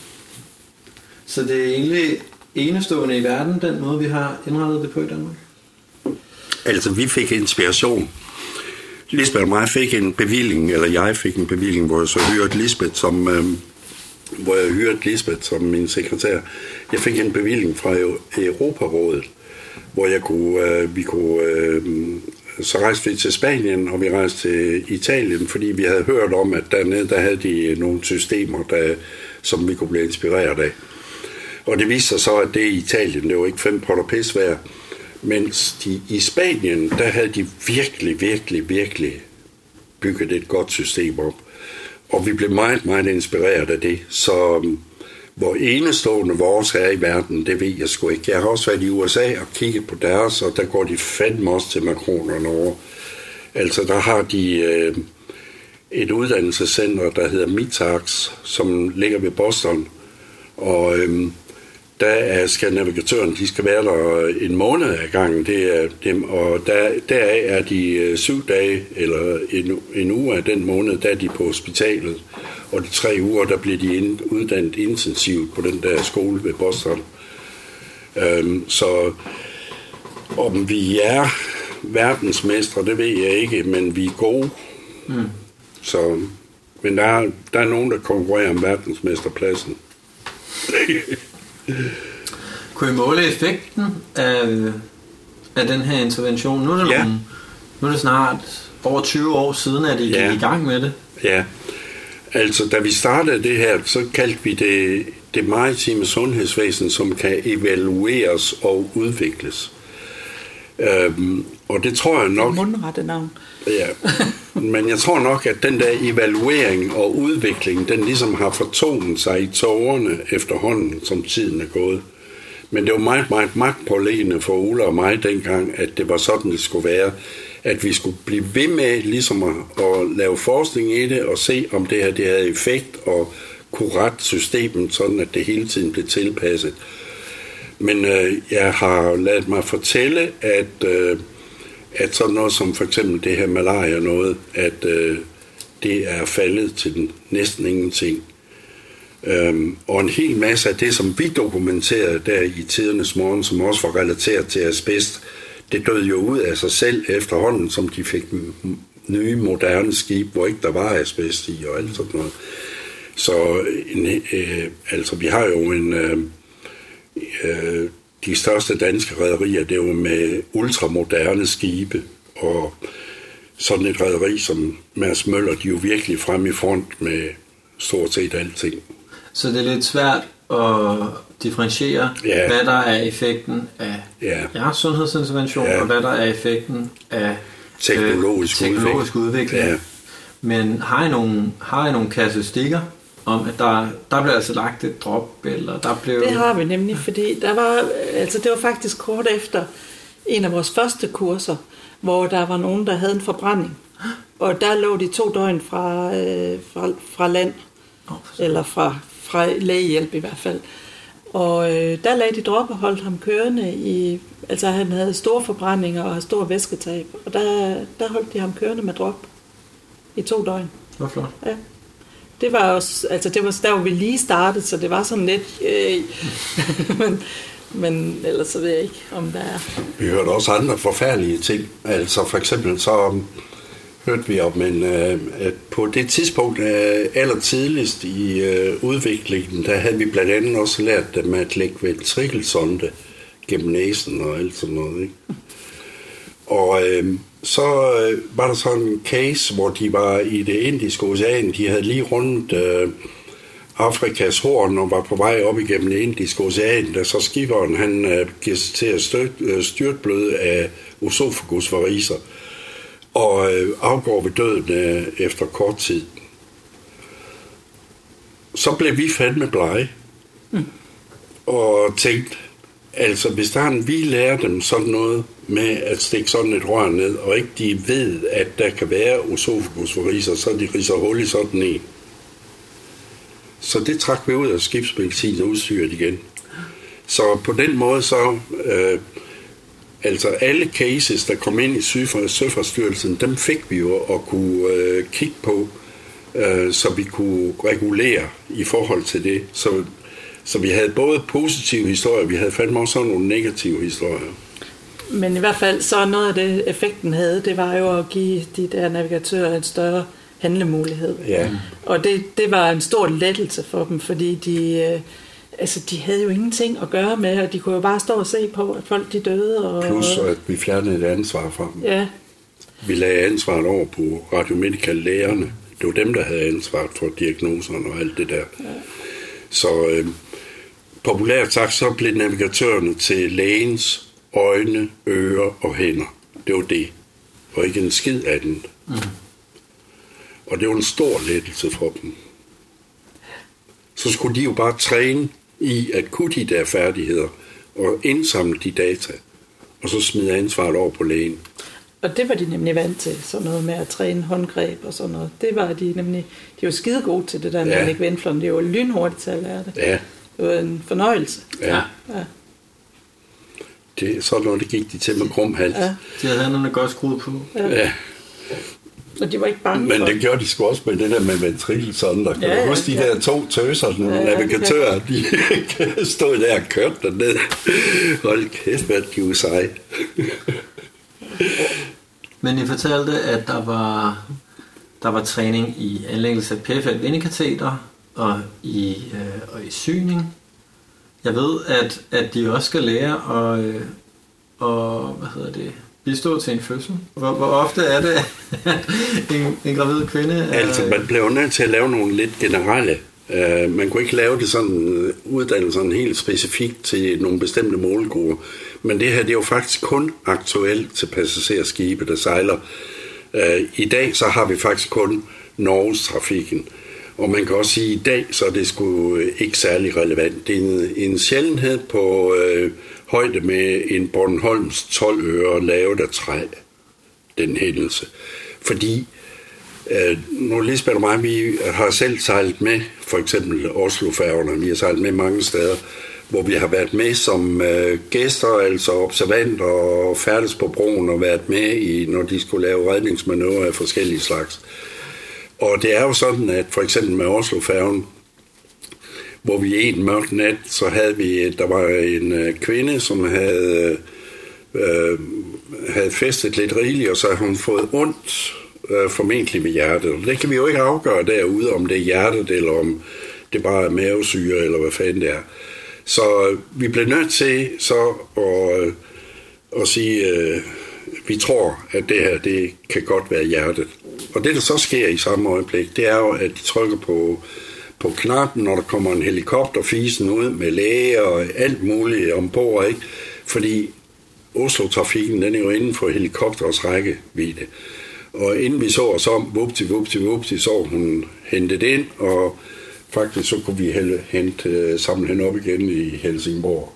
Så det er egentlig enestående i verden, den måde, vi har indrettet det på i Danmark? Altså, vi fik inspiration. Lisbeth og mig fik en bevilling, eller jeg fik en bevilling, hvor jeg så hørte Lisbeth som, øh, hvor jeg hørte Lisbeth som min sekretær. Jeg fik en bevilling fra Europarådet, hvor jeg kunne, øh, vi kunne, øh, så rejste vi til Spanien, og vi rejste til Italien, fordi vi havde hørt om, at dernede, der havde de nogle systemer, der, som vi kunne blive inspireret af. Og det viste sig så, at det i Italien, det var ikke fem potter pis værd, mens de, i Spanien, der havde de virkelig, virkelig, virkelig bygget et godt system op. Og vi blev meget, meget inspireret af det. Så hvor enestående vores er i verden, det ved jeg sgu ikke. Jeg har også været i U S A og kigget på deres, og der går de fandme også til makronerne over. Altså, der har de øh, et uddannelsescenter, der hedder Mitax, som ligger ved Boston, og øh, der skal navigatøren, de skal være der en måned ad gangen, det er dem, og der, deraf er de syv dage, eller en, en uge af den måned, der er de på hospitalet, og de tre uger, der bliver de ind, uddannet intensivt på den der skole ved Boston. Øhm, så om vi er verdensmestre, det ved jeg ikke, men vi er gode. Mm. Så, men der er, der er nogen, der konkurrerer om verdensmesterpladsen. Kunne I måle effekten af, af den her intervention? Nu er, det ja. nogle, nu er det snart over tyve år siden, at I gik ja. i gang med det. Ja, altså da vi startede det her, så kaldte vi det det maritime sundhedsvæsen, som kan evalueres og udvikles. Øhm, og det tror jeg nok... Mundrette navn. Ja, men jeg tror nok, at den der evaluering og udvikling, den ligesom har fortonet sig i tårerne efterhånden, som tiden er gået. Men det var meget, meget magtpåliggende for Ole og mig dengang, at det var sådan, det skulle være. At vi skulle blive ved med ligesom at, at lave forskning i det, og se, om det her det havde effekt, og kunne rette systemet, sådan at det hele tiden blev tilpasset. Men øh, jeg har ladet mig fortælle, at... Øh, at sådan noget som for eksempel det her malaria noget, at øh, det er faldet til den næsten ingenting. Øhm, og en hel masse af det, som vi dokumenterede der i tidernes morgen, som også var relateret til asbest, det døde jo ud af sig selv efterhånden, som de fik nye, moderne skib, hvor ikke der var asbest i og alt sådan noget. Så en, øh, altså, vi har jo en... Øh, øh, de største danske rederier, det er jo med ultramoderne skibe, og sådan et rederi som Mads Møller, de er jo virkelig fremme i front med stort set alting. Så det er lidt svært at differentiere, ja. hvad der er effekten af ja. Ja, sundhedsintervention, ja. og hvad der er effekten af teknologisk, øh, teknologisk udvikling. udvikling. Ja. Men har I nogle, har I nogle kasustikker om, at der, der blev altså lagt et drop, eller der blev... Det har vi nemlig, fordi der var, altså det var faktisk kort efter en af vores første kurser, hvor der var nogen, der havde en forbrænding. Og der lå de to døgn fra, øh, fra, fra land, oh, eller fra, fra lægehjælp i hvert fald. Og øh, der lagde de drop og holdt ham kørende i... Altså han havde store forbrændinger og stor væsketab, og der, der holdt de ham kørende med drop i to døgn. Hvor flot. Ja. Det var også, altså det var der, hvor vi lige startede, så det var sådan lidt... Øh, men, men ellers så ved jeg ikke, om der er... Vi hørte også andre forfærdelige ting. Altså for eksempel så hørte vi om, en, at på det tidspunkt aller tidligst i udviklingen, der havde vi blandt andet også lært dem at lægge ventrikelsonde gennem næsen og alt sådan noget, ikke? Og øh, så øh, var der sådan en case, hvor de var i det indiske ocean. De havde lige rundt øh, Afrikas Horn og var på vej op igennem det indiske ocean, da så skiberen han øh, giver sig til at støt, øh, styrtbløde af osofagusvariser og øh, afgår ved døden øh, efter kort tid. Så blev vi fandme blege mm. og tænkte, altså hvis der er en, vi lærer dem sådan noget med at stikke sådan et rør ned, og ikke de ved, at der kan være osofagusvariser, så de ridser hul i sådan en. Så det trak vi ud af skibsmedicin og udstyret igen. Så på den måde så, øh, altså alle cases, der kom ind i Søfartsstyrelsen, dem fik vi jo at kunne øh, kigge på, øh, så vi kunne regulere i forhold til det. Så, så vi havde både positive historier, vi havde fandme også sådan nogle negative historier. Men i hvert fald så noget af det, effekten havde, det var jo at give de der navigatører en større handlemulighed. Ja. Og det, det var en stor lettelse for dem, fordi de, øh, altså, de havde jo ingenting at gøre med, og de kunne jo bare stå og se på, at folk de døde. Og, plus at vi fjernede et ansvar fra dem. Ja. Vi lagde ansvaret over på radiomedical-lægerne. Det var dem, der havde ansvaret for diagnoserne og alt det der. Ja. Så øh, populært sagt, så blev navigatørerne til lægens øjne, ører og hænder. Det var det. Og ikke en skid af den. Mm. Og det var en stor lettelse for dem. Så skulle de jo bare træne i at kunne de der færdigheder og indsamle de data, og så smide ansvaret over på lægen. Og det var de nemlig vant til, sådan noget med at træne håndgreb og sådan noget. Det var de nemlig, de var skide gode til det der med ja. at lægge vendflon. Det var lynhurtigt til at lære det. Ja. Det var en fornøjelse. Ja. ja. Det, sådan noget, det gik de til med krum hals. Ja. De havde hænderne godt skruet på. Ja. ja. Og de var ikke bange Men for. det gjorde de sgu også med det der med ventrikelsonder. Kan ja, du huske de ja. der to tøser, ja, navigatører, de stod der og kørte derned. Hold kæft, hvad de var seje. Men I fortalte, at der var, der var træning i anlæggelse af P F A-vindekateter og i, øh, og i syning. Jeg ved, at, at de også skal lære at, øh, og, hvad hedder det, bistå til en fødsel. Hvor, hvor ofte er det, at en, en gravid kvinde... Er... Altså, man blev nødt til at lave nogle lidt generelle. Uh, man kunne ikke lave det sådan, uddannelsen helt specifikt til nogle bestemte målgrupper. Men det her, det er jo faktisk kun aktuelt til passagerskibe, der sejler. Uh, I dag, så har vi faktisk kun Norges trafikken. Og man kan også sige, at i dag, så er det sgu ikke særlig relevant. Det er en, en sjældenhed på øh, højde med en Bornholms tolv øre lavet af træ, den hændelse. Fordi, øh, nu Lisbeth og mig, vi har selv sejlet med, for eksempel Oslo-færgerne, vi har sejlet med mange steder, hvor vi har været med som øh, gæster, altså observanter og færdes på broen og været med, i, når de skulle lave redningsmanøvrer af forskellige slags. Og det er jo sådan, at for eksempel med Oslo-færgen, hvor vi en mørk nat, så havde vi, der var en øh, kvinde, som havde øh, havde festet lidt rigeligt, og så havde hun fået ondt, øh, formentlig med hjertet. Det kan vi jo ikke afgøre derude, om det er hjertet, eller om det bare er mavesyre, eller hvad fanden det er. Så øh, vi blev nødt til så at, øh, at sige, øh, vi tror, at det her, det kan godt være hjertet. Og det, der så sker i samme øjeblik, det er jo, at de trykker på, på knappen, når der kommer en helikopter fisen ud med læger og alt muligt ombord, ikke? Fordi Oslo-trafikken, den er jo inden for helikopters rækkevidde. Og inden vi så os om, vupti, vupti, vupti, så hun hentet ind, og faktisk så kunne vi hente, samle hende op igen i Helsingborg.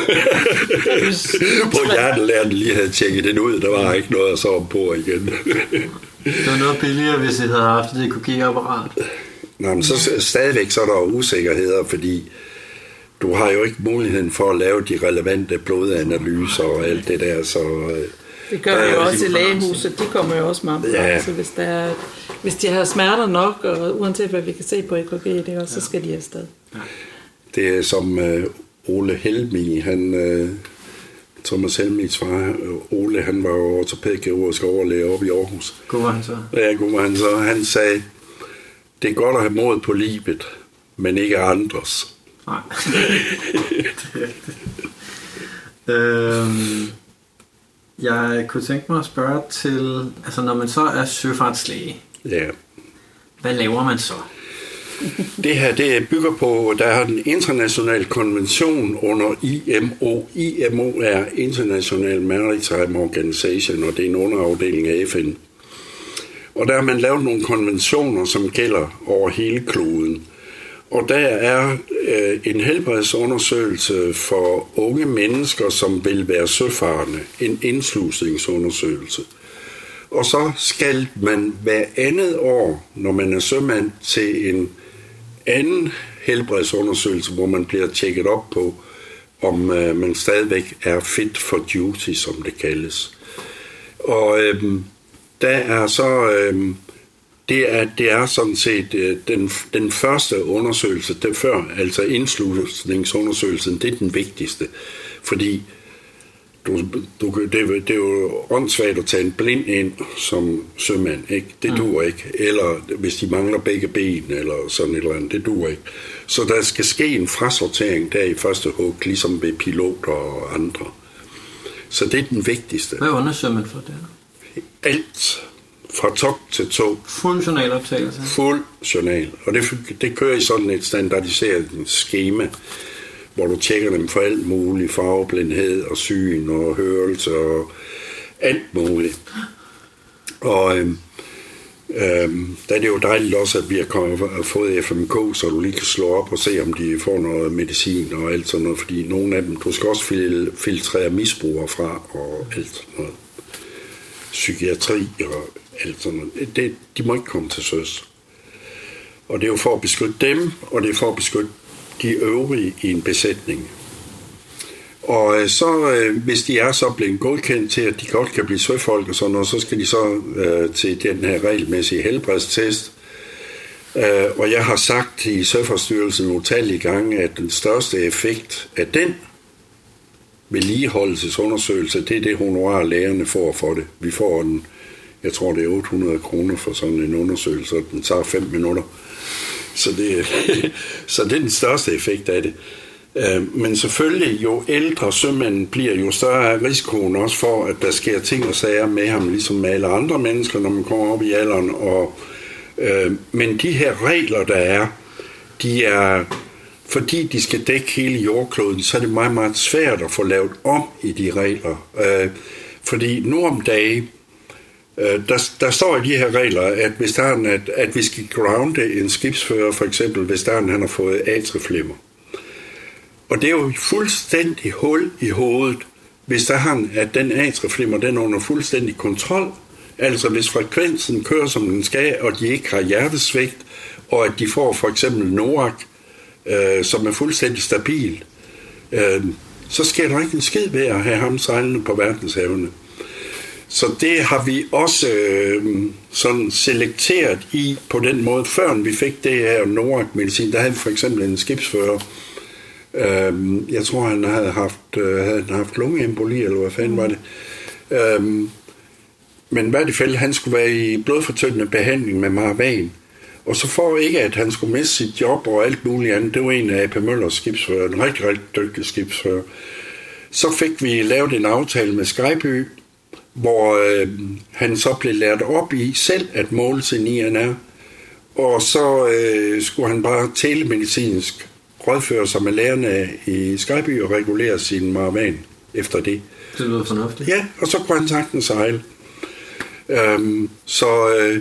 På hjertelærten lige havde tjekket den ud, der var ikke noget at så ombord igen. Det var noget billigere, hvis I havde haft et E K G-apparat. Nå, men så stadigvæk så er der usikkerheder, fordi du har jo ikke muligheden for at lave de relevante blodanalyser og alt det der, så... Det gør vi jo også i lægehuset, de kommer jo også med. Ja. Altså, hvis, der er, hvis de har smerter nok, og uanset hvad vi kan se på E K G, det også, så skal de afsted. Ja. Det er som uh, Ole Helmi, han... Uh, Thomas Helmis far, Ole, han var jo ortopædkirurgisk overlæge oppe i Aarhus. God var han så? Ja, god var han så. Han sagde, det er godt at have mod på livet, men ikke andres. Nej. Det er rigtigt. øhm, jeg kunne tænke mig at spørge til, altså når man så er søfartslæge, ja. Hvad laver man så? Det her, det bygger på, der er en international konvention under I M O. I M O er International Maritime Organization, og det er en underafdeling af F N. Og der har man lavet nogle konventioner, som gælder over hele kloden. Og der er øh, en helbredsundersøgelse for unge mennesker, som vil være søfarende. En indslusningsundersøgelse. Og så skal man hver andet år, når man er sømand, til en anden helbredsundersøgelse, hvor man bliver tjekket op på, om øh, man stadigvæk er fit for duty, som det kaldes. Og øh, der er så... Øh, det, er, det er sådan set øh, den, den første undersøgelse, det før, altså indslusningsundersøgelsen, det er den vigtigste. Fordi du, du, det, det er jo åndssvagt at tage en blind ind som sømand, ikke? Det duer ikke. Eller hvis de mangler begge ben, eller sådan et eller andet, det duer ikke. Så der skal ske en frasortering der i første hug, ligesom ved piloter og andre. Så det er den vigtigste. Hvad undersøger man for det? Alt. Fra top til to. Fuld journaloptagelse? Fuld journal. Og det, det kører i sådan et standardiseret schema, hvor du tjekker dem for alt muligt, farveblindhed og syn og hørelse og alt muligt. Og øhm, øhm, der er det jo dejligt også, at vi har kommet, fået F M K, så du lige kan slå op og se, om de får noget medicin og alt sådan noget, fordi nogle af dem, du skal også fil- filtrere misbrugere fra og alt sådan noget. Psykiatri og alt sådan noget. Det, de må ikke komme til søs. Og det er jo for at beskytte dem, og det er for at beskytte de øvrige i en besætning. Og så, øh, hvis de er så blevet godkendt til, at de godt kan blive søfolk og sådan noget, så skal de så øh, til den her regelmæssige helbredstest. Øh, og jeg har sagt i Søfartsstyrelsen utallige gange, at den største effekt af den vedligeholdelsesundersøgelse, det er det honorar lærerne får for det. Vi får en, jeg tror det er otte hundrede kroner for sådan en undersøgelse, og den tager fem minutter. Så det, så det er den største effekt af det. Men selvfølgelig, jo ældre sømanden bliver, jo større er risikoen også for, at der sker ting og sager med ham, ligesom med alle andre mennesker, når man kommer op i alderen. Og, øh, men de her regler, der er, de er, fordi de skal dække hele jordkloden, så er det meget, meget svært at få lavet om i de regler. Øh, fordi nu om dagen, Der, der står i de her regler, at hvis der er en, at, at vi skal grounde en skibsfører, for eksempel, hvis der er en, han har fået atrieflimmer. Og det er jo fuldstændig hul i hovedet, hvis der er en, at den atrieflimmer, den er under fuldstændig kontrol. Altså hvis frekvensen kører, som den skal, og de ikke har hjertesvigt, og at de får for eksempel NOAC, øh, som er fuldstændig stabil, øh, så sker der ikke en skid ved at have ham sejlende på verdenshavene. Så det har vi også øh, sådan selekteret i på den måde. Før vi fik det her NOAC-medicin, der havde for eksempel en skibsfører. Øh, jeg tror, han havde haft, øh, havde haft lungeemboli, eller hvad fanden var det. Øhm, men hvad det fælde, han skulle være i blodfortyndende behandling med Marvan. Og så for ikke, at han skulle miste sit job og alt muligt andet, det var en af A P Møllers skibsfører, en rigtig, rigtig dygtig skibsfører. Så fik vi lavet en aftale med Skyby, hvor øh, han så blev lært op i selv at måle sin I N R. Og så øh, skulle han bare telemedicinsk rådføre sig med lærerne i Skyby og regulere sin Marvan efter det. Det lyder fornuftigt. Ja, og så kunne han sagtens sejle. Øhm, så... Øh,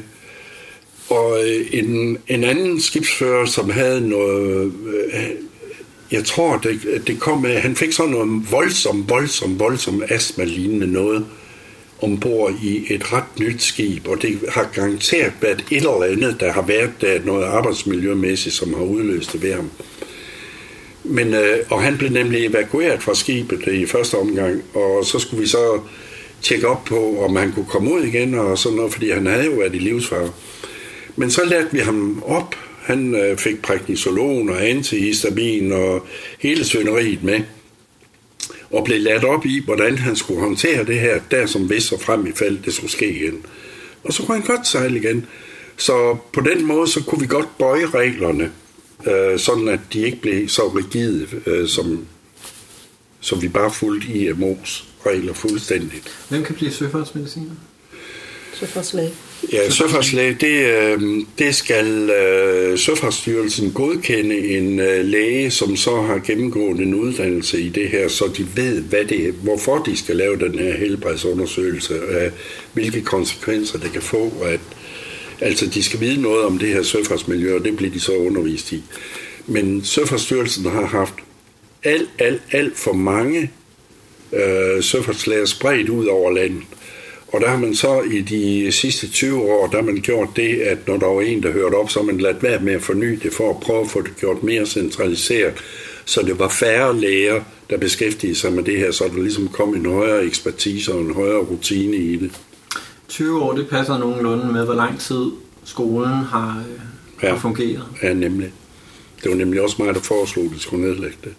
Og en, en anden skibsfører, som havde noget, jeg tror, det, det kom med, han fik sådan noget voldsom, voldsom, voldsom astma-lignende noget ombord i et ret nyt skib, og det har garanteret været et eller andet, der har været der noget arbejdsmiljømæssigt, som har udløst det ved ham. Men, og han blev nemlig evakueret fra skibet i første omgang, og så skulle vi så tjekke op på, om han kunne komme ud igen, og sådan noget, fordi han havde jo været i livsfare. Men så lærte vi ham op. Han øh, fik prednisolon og antihistamin og hele svønneriet med. Og blev lært op i, hvordan han skulle håndtere det her, der som vidste sig frem i fald, det skulle ske igen. Og så kunne han godt sejle igen. Så på den måde, så kunne vi godt bøje reglerne, øh, sådan at de ikke blev så rigide, øh, som, som vi bare fulgte I M O's regler fuldstændigt. Hvem kan blive søfartsmediciner? Søfartslæge. Ja, søfartslæge, det, det skal øh, Søfartsstyrelsen godkende en øh, læge, som så har gennemgået en uddannelse i det her, så de ved, hvad det, hvorfor de skal lave den her helbredsundersøgelse, af hvilke konsekvenser det kan få. At, altså, de skal vide noget om det her søfartsmiljø, og det bliver de så undervist i. Men Søfartsstyrelsen har haft alt, alt, alt for mange øh, søfartslæger spredt ud over landet. Og der har man så i de sidste tyve år, der har man gjort det, at når der var en, der hørte op, så har man ladt være med at forny det for at prøve at få det gjort mere centraliseret, så det var færre læger, der beskæftigede sig med det her, så der ligesom kom en højere ekspertise og en højere rutine i det. tyve år, det passer nogenlunde med, hvor lang tid skolen har, ja, har fungeret. Ja, nemlig. Det var nemlig også mig, der foreslog, at det skulle nedlægge det.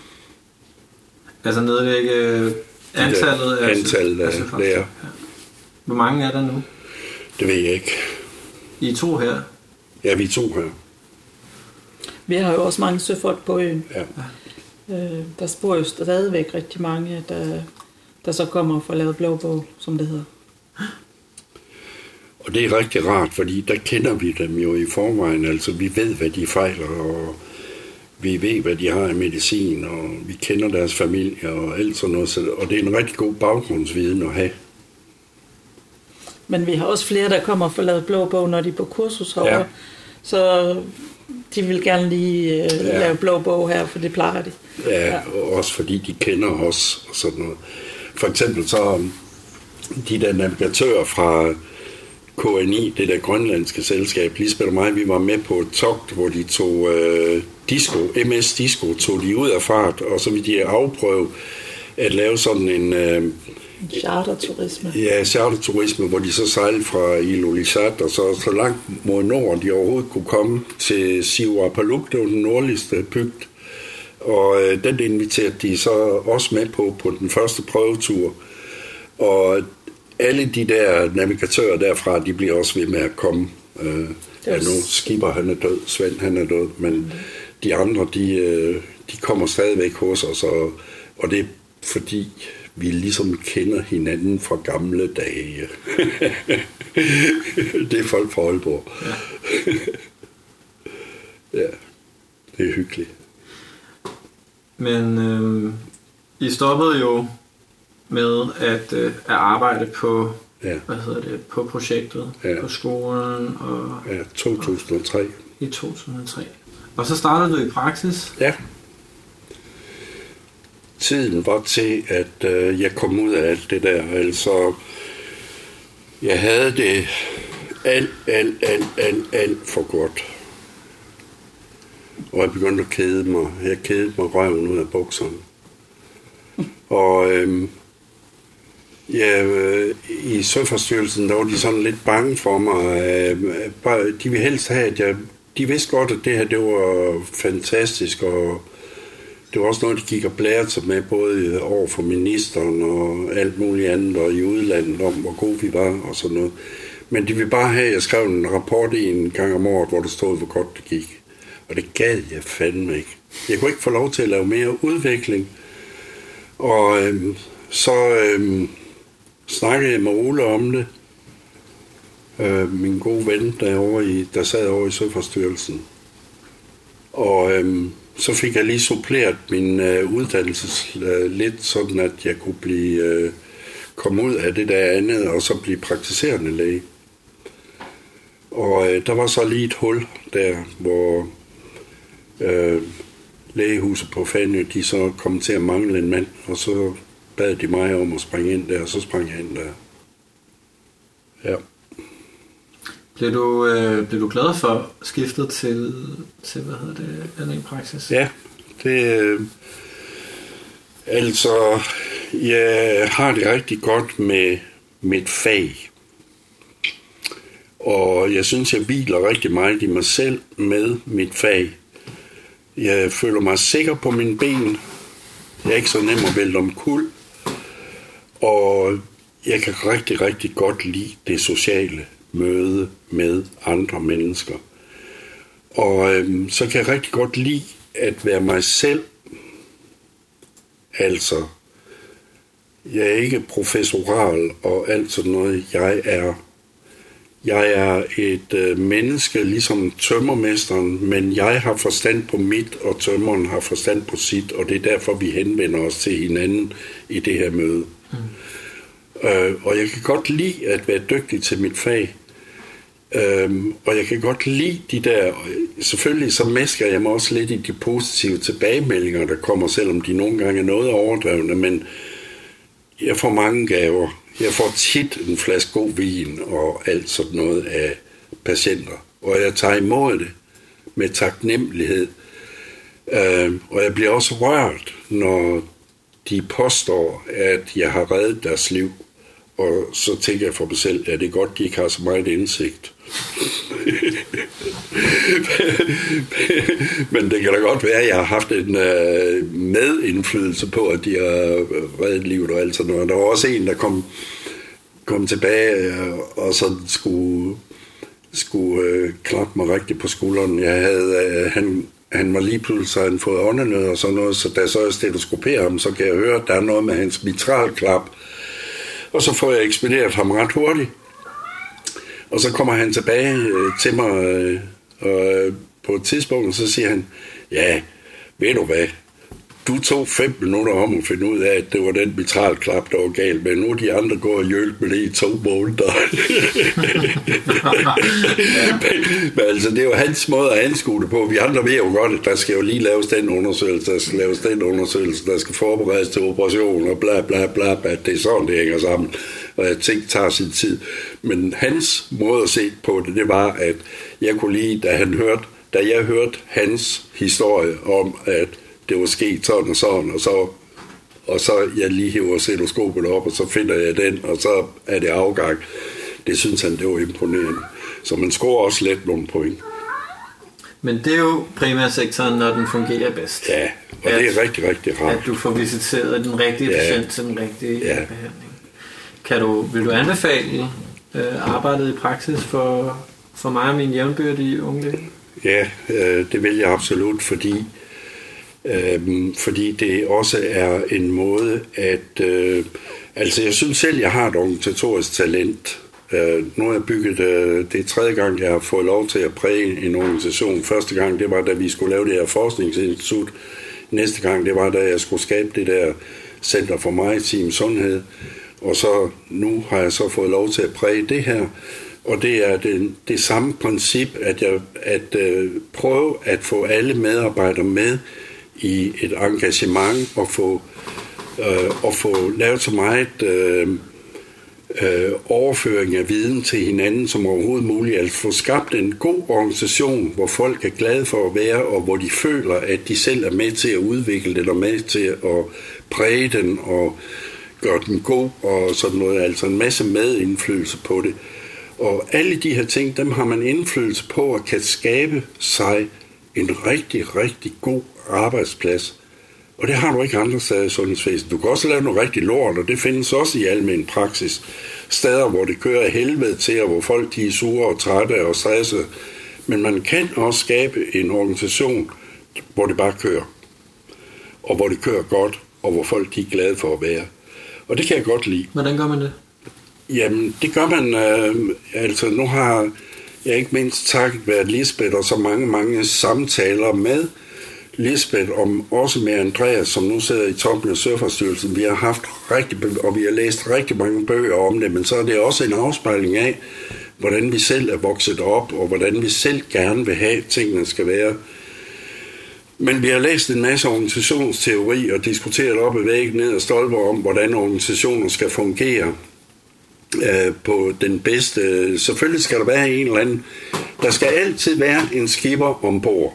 Altså nedlægge antallet af, antallet af, af læger. Ja. Hvor mange er der nu? Det ved jeg ikke. I er to her? Ja, vi er to her. Vi har jo også mange søfolk på øen. Ja. Øh, der bor jo stadigvæk rigtig mange, der, der så kommer for at lave blå bog, som det hedder. Og det er rigtig rart, fordi der kender vi dem jo i forvejen. Altså, vi ved, hvad de fejler, og vi ved, hvad de har af medicin, og vi kender deres familie og alt sådan noget. Og det er en rigtig god baggrundsviden at have. Men vi har også flere, der kommer for at lave blå bog, når de er på kursus herovre. Ja. Så de vil gerne lige uh, ja. lave blå bog her, for det plejer de. Ja, ja, og også fordi de kender os og sådan noget. For eksempel så de der navigatører fra K N I, det der grønlandske selskab, Lisbeth og mig, vi var med på et togt, hvor de tog uh, Disco, M S Disco, tog de ud af fart, og så ville de afprøve at lave sådan en... Uh, charterturisme. Ja, charterturisme, hvor de så sejlede fra Ilulissat, og så, så langt mod nord, de overhovedet kunne komme til Siuapaluk, det var den nordligste bygd. Og øh, den inviterede de så også med på, på den første prøvetur. Og alle de der navigatører derfra, de bliver også ved med at komme. Øh, ja, nu Skipper, han er død, Svend, han er død, men mm. de andre, de, øh, de kommer stadigvæk hos os, og, og det er fordi vi ligesom kender hinanden fra gamle dage. Det er folk fra Aalborg. Ja. Ja, det er hyggeligt. Men øh, I stoppede jo med at, øh, at arbejde på, ja. hvad hedder det, på projektet, ja. på skolen. Og, ja, to tusind og tre. Og, I to tusind og tre. Og så startede du i praksis? Ja. Tiden var til, at øh, jeg kom ud af alt det der. Altså, jeg havde det alt, alt, alt, alt, alt for godt. Og jeg begyndte at kede mig. Jeg kedede mig røven ud af bukserne. Og øh, ja, øh, i Søfartsstyrelsen, der var de sådan lidt bange for mig. Øh, de ville helst have, at jeg... De vidste godt, at det her, det var fantastisk, og det var også noget, de gik og blærede sig med, både over for ministeren og alt muligt andet, og i udlandet om, hvor gode vi var og sådan noget. Men de ville bare have, at jeg skrev en rapport i en gang om året, hvor der stod, hvor godt det gik. Og det gad jeg fandme ikke. Jeg kunne ikke få lov til at lave mere udvikling. Og øhm, så øhm, snakkede jeg med Ole om det. Øh, min gode ven, derovre i, der sad over i Søfartsstyrelsen. Og øhm, så fik jeg lige suppleret min øh, uddannelse øh, lidt, sådan at jeg kunne blive øh, komme ud af det der andet, og så blive praktiserende læge. Og øh, der var så lige et hul der, hvor øh, lægehuset på Fanø, de så kom til at mangle en mand, og så bad de mig om at springe ind der, og så sprang jeg ind der. Ja. Blev du, øh, blev du glad for skiftet til, til hvad hedder det, almen praksis? Ja, det øh, altså, jeg har det rigtig godt med mit fag. Og jeg synes, jeg hviler rigtig meget i mig selv med mit fag. Jeg føler mig sikker på mine ben. Jeg er ikke så nem at vælte omkuld. Og jeg kan rigtig, rigtig godt lide det sociale møde med andre mennesker. Og øhm, så kan jeg rigtig godt lide at være mig selv. Altså, jeg er ikke professoral og alt sådan noget. Jeg er, jeg er et øh, menneske, ligesom tømmermesteren, men jeg har forstand på mit, og tømmeren har forstand på sit, og det er derfor, vi henvender os til hinanden i det her møde. Mm. Øh, og jeg kan godt lide at være dygtig til mit fag. Øhm, og jeg kan godt lide de der, selvfølgelig så mæsker jeg mig også lidt i de positive tilbagemeldinger, der kommer, selvom de nogle gange er noget overdrevne, men jeg får mange gaver. Jeg får tit en flaske god vin og alt sådan noget af patienter, og jeg tager imod det med taknemmelighed. Øhm, og jeg bliver også rørt, når de påstår, at jeg har reddet deres liv. Og så tænker jeg for mig selv, at det er godt, de ikke har så meget indsigt. Men det kan da godt være, at jeg har haft en øh, medindflydelse på, at de har reddet livet og alt sådan noget. Der var også en, der kom, kom tilbage øh, og så skulle, skulle øh, klappe mig rigtigt på skulderen. Jeg havde, øh, han, han var lige pludselig, så han fået åndenød og sådan noget, så da så jeg stetoskoperer ham, så kan jeg høre, at der er noget med hans mitralklap. Og så får jeg ekspederet ham ret hurtigt. Og så kommer han tilbage øh, til mig, øh, og øh, på et tidspunkt, så siger han, ja, ved du hvad, du tog fem minutter om at finde ud af, at det var den mitralklap, der var galt, men nu de andre går og hjælper med det i to måneder. men, men altså, det er jo hans måde at anskue det på. Vi andre ved jo godt, at der skal jo lige laves den undersøgelse, der skal laves den undersøgelse, der skal forberedes til operation, og bla bla bla, at det er sådan, det hænger sammen. Og jeg tænkte, tager sin tid. Men hans måde at se på det, det var, at jeg kunne lide, da han hørte, da jeg hørte hans historie om, at det var sket sådan og sådan, og så, og så jeg lige hiver stetoskopet op, og så finder jeg den, og så er det afgang. Det synes han, det var imponerende. Så man scorer også let nogle point. Men det er jo primærsektoren, når den fungerer bedst. Ja, og at, det er rigtig, rigtig rart. At du får visiteret den rigtige ja. patient til den rigtige ja. behandling. Kan du, vil du anbefale øh, arbejdet i praksis for, for mig og min jævnbyrdige unge læge? Ja, øh, det vil jeg absolut, fordi Øhm, fordi det også er en måde at øh, altså jeg synes selv jeg har et organisatorisk talent. øh, nu har jeg bygget øh, det er tredje gang jeg har fået lov til at præge en organisation. Første gang det var da vi skulle lave det her forskningsinstitut, næste gang det var da jeg skulle skabe det der Center for Maritim Sundhed, og så nu har jeg så fået lov til at præge det her. Og det er det, det samme princip, at jeg at øh, prøve at få alle medarbejdere med i et engagement og få, øh, og få lavet så meget øh, øh, overføring af viden til hinanden som overhovedet muligt. Altså få skabt en god organisation, hvor folk er glade for at være, og hvor de føler, at de selv er med til at udvikle den og med til at præge den og gøre den god og sådan noget. Altså en masse medindflydelse på det. Og alle de her ting, dem har man indflydelse på og kan skabe sig en rigtig, rigtig god arbejdsplads, Og det har du ikke andre steder i sundhedsvæsenet. Du kan også lave noget rigtig lort, og det findes også i almen praksis. Steder, hvor det kører af helvede til, og hvor folk de er sure og trætte og stressede. Men man kan også skabe en organisation, hvor det bare kører. Og hvor det kører godt, og hvor folk de er glade for at være. Og det kan jeg godt lide. Hvordan gør man det? Jamen, det gør man... Øh, altså, nu har jeg ikke mindst takket været Lisbeth, og så mange, mange samtaler med Lisbeth, om, også med Andreas, som nu sidder i toppen af Søfartsstyrelsen. Vi har haft rigtig, og vi har læst rigtig mange bøger om det, men så er det også en afspejling af, hvordan vi selv er vokset op, og hvordan vi selv gerne vil have, tingene skal være. Men vi har læst en masse organisationsteori og diskuteret op ad væggen ned og stolper om, hvordan organisationer skal fungere øh, på den bedste. Selvfølgelig skal der være en eller anden. Der skal altid være en skipper ombord.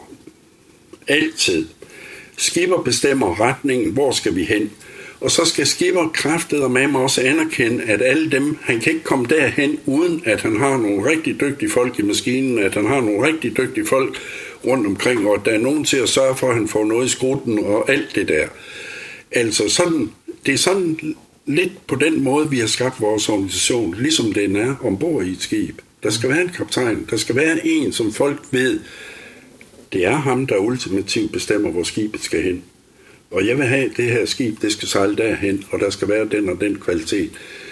Altid. Skipper bestemmer retningen, hvor skal vi hen. Og så skal skipper kraftet og med mig også anerkende, at alle dem, han kan ikke komme derhen, uden at han har nogle rigtig dygtige folk i maskinen, at han har nogle rigtig dygtige folk rundt omkring, og at der er nogen til at sørge for, at han får noget i skrutten og alt det der. Altså sådan, det er sådan lidt på den måde, vi har skabt vores organisation, ligesom den er ombord i et skib. Der skal være en kaptajn, der skal være en, som folk ved, det er ham, der ultimativt bestemmer, hvor skibet skal hen. Og jeg vil have, det her skib, det skal sejle derhen, og der skal være den og den kvalitet.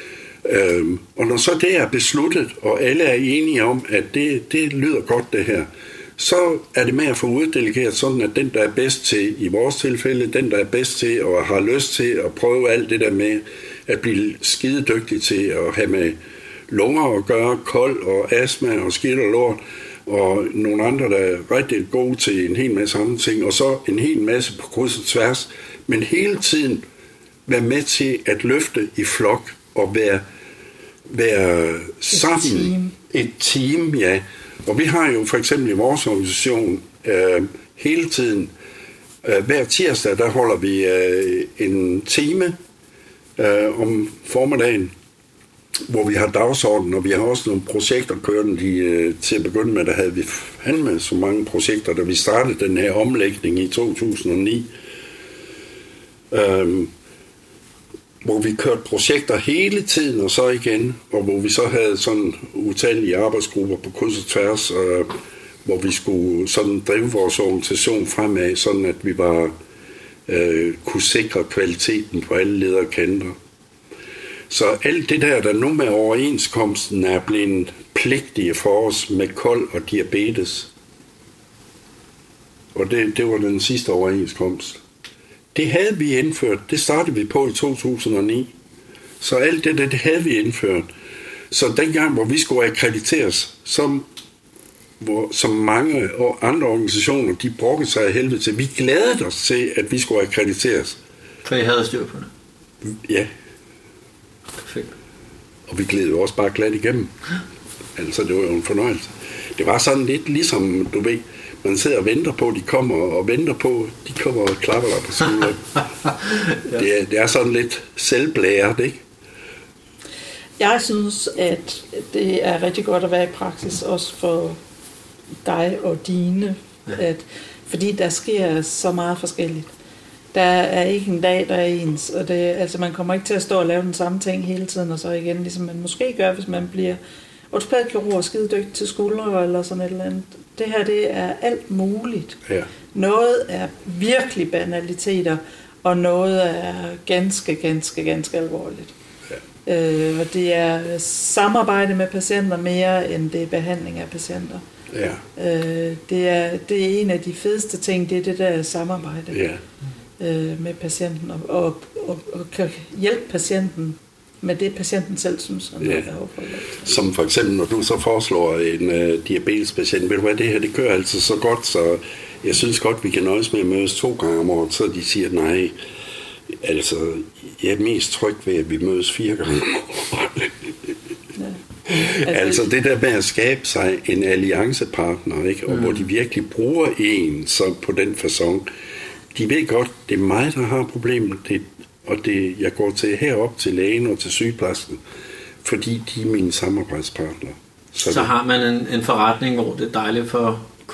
Øhm, og når så det er besluttet, og alle er enige om, at det, det lyder godt det her, så er det med at få uddelegeret sådan, at den, der er bedst til, i vores tilfælde, den, der er bedst til og har lyst til at prøve alt det der med at blive skidedygtig til at have med lunger at gøre, kold og astma og skidt og lort, og nogle andre, der er rigtig gode til en hel masse andre ting, og så en hel masse på kryds og tværs, men hele tiden være med til at løfte i flok og være, være sammen. Et team. Et team, ja. Og vi har jo for eksempel i vores organisation øh, hele tiden, øh, hver tirsdag, der holder vi øh, en time øh, om formiddagen, hvor vi har dagsorden, og vi har også nogle projekter kørende. De, øh, til at begynde med, der havde vi fandme så mange projekter, da vi startede den her omlægning i to tusind og ni, øh, hvor vi kørte projekter hele tiden, og så igen, og hvor vi så havde sådan utallige arbejdsgrupper på kryds og tværs, øh, hvor vi skulle sådan drive vores organisation fremad, sådan at vi var, øh, kunne sikre kvaliteten på alle lederkanter. Så alt det der, der nu med overenskomsten er blevet pligtige for os med kold og diabetes, og det, det var den sidste overenskomst. Det havde vi indført, det startede vi på i to tusind og ni. Så alt det der, det havde vi indført. Så dengang, hvor vi skulle akkrediteres, som, hvor, som mange andre organisationer, de brokkede sig af helvede til, vi glædede os til, at vi skulle akkrediteres. For I havde styr på det? Ja. Perfekt. Og vi glædede jo også bare glat igennem. Altså, det var jo en fornøjelse. Det var sådan lidt ligesom, du ved, man sidder og venter på, de kommer og venter på, de kommer og klapper dig på skulderen. ja. det, er, det er sådan lidt selvblæret, ikke? Jeg synes, at det er rigtig godt at være i praksis, også for dig og dine, ja. at, fordi der sker så meget forskelligt. Der er ikke en dag, der er ens, og det, altså, man kommer ikke til at stå og lave den samme ting hele tiden, og så igen, ligesom man måske gør, hvis man bliver ortopædkirurg og skidedygtig til skuldre eller sådan et eller andet. Det her, det er alt muligt. Ja. Noget er virkelig banaliteter, og noget er ganske, ganske, ganske alvorligt. Ja. Øh, og det er samarbejde med patienter mere, end det er behandling af patienter. Ja. Øh, det, er, det er en af de fedeste ting, det er det der samarbejde ja. øh, med patienten, og, og, og, og kan hjælpe patienten med det, patienten selv synes, han ja. har behov for. Som for eksempel, når du så foreslår en uh, diabetespatient, ved du hvad, det her, det kører altså så godt, så jeg synes godt, vi kan nøjes med at mødes to gange om året, så de siger, nej, altså, jeg er mest tryg ved, at vi mødes fire gange om året. Ja. Altså, altså det der med at skabe sig en alliancepartner, ikke? Og mm. hvor de virkelig bruger en så på den facon, de ved godt, det er mig, der har problemet, det, og det, jeg går til herop til lægen og til sygeplejersken, fordi de er mine samarbejdspartnere. Så, så har man en, en forretning, hvor det er dejligt for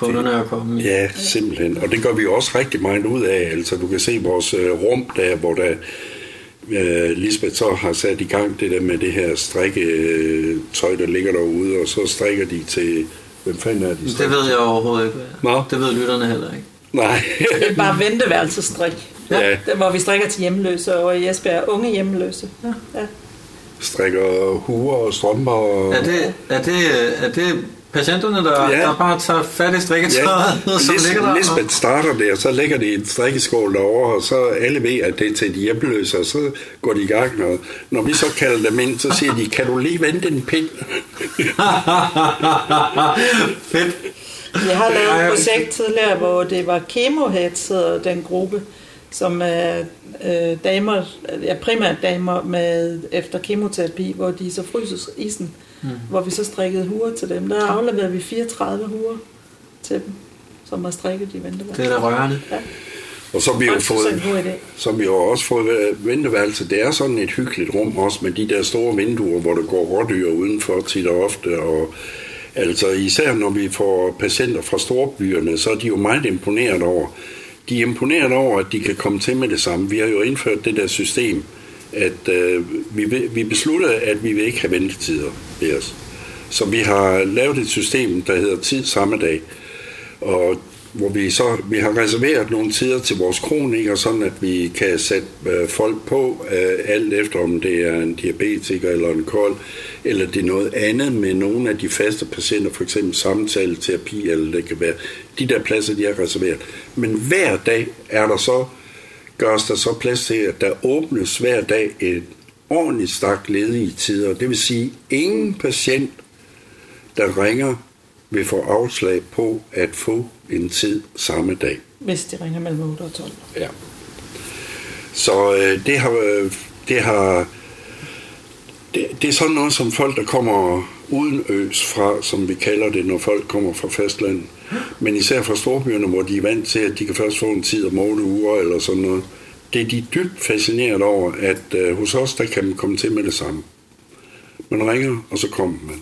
kunderne er kommet i. Ja, simpelthen. Og det gør vi også rigtig meget ud af. Altså, du kan se vores øh, rum der, hvor der øh, Lisbeth så har sat i gang det der med det her strikketøj, der ligger derude, og så strikker de til... Hvem fanden er de? Det ved jeg overhovedet ikke. Nå? Det ved lytterne heller ikke. Nej. Det er bare venteværelsestrik. Ja. Der, hvor vi strikker til hjemløse, og i Esbjerg unge hjemløse. Ja. Ja. Strikker huer og strømper. Og... Er det, er det, er det patienterne, der, ja. der bare tager fat i strikketøjet, ja. som Lis- ligger der? Lisbeth starter det, og så lægger de en strikkeskål derovre, og så alle ved, at det er til de hjemløse, og så går de i gang. Og når vi så kalder dem ind, så siger de, kan du lige vente en pind? Fedt. Jeg har lavet et projekt tidligere, hvor det var kemoheads, hedder den gruppe, som er øh, damer, ja, primært damer med efter kemoterapi, hvor de så fryser isen, mm. hvor vi så strikkede huer til dem. Der afleverede vi fireogtredive huer til dem, som har strikket i venteværelset. Det er da rørende. Ja. Og så har vi jo fået, så har vi jo også fået venteværelse. Det er sådan et hyggeligt rum også med de der store vinduer, hvor der går rådyr udenfor tit og ofte. Og altså især når vi får patienter fra storbyerne, så er de jo meget imponeret over. De er imponeret over, at de kan komme til med det samme. Vi har jo indført det der system, at øh, vi, vi besluttede, at vi vil ikke have ventetider ved os. Så vi har lavet et system, der hedder tid samme dag. Og hvor vi så vi har reserveret nogle tider til vores kronikere, sådan at vi kan sætte øh, folk på, øh, alt efter om det er en diabetiker eller en kold, eller det er noget andet med nogle af de faste patienter, for eksempel samtaleterapi, eller det kan være. De der pladser, de er reserveret. Men hver dag er der så, gørs der så plads til, at der åbnes hver dag et ordentligt stak ledige tider. Det vil sige, ingen patient, der ringer, vil få afslag på at få en tid samme dag. Hvis de ringer mellem otte og tolv. Ja. Så øh, det har... Det, har det, det er sådan noget, som folk, der kommer uden øs fra, som vi kalder det, når folk kommer fra fastlandet. Men især fra storbyerne, hvor de er vant til, at de kan først få en tid om otte uger eller sådan noget. Det er de dybt fascineret over, at øh, hos os, der kan man komme til med det samme. Man ringer, og så kommer man.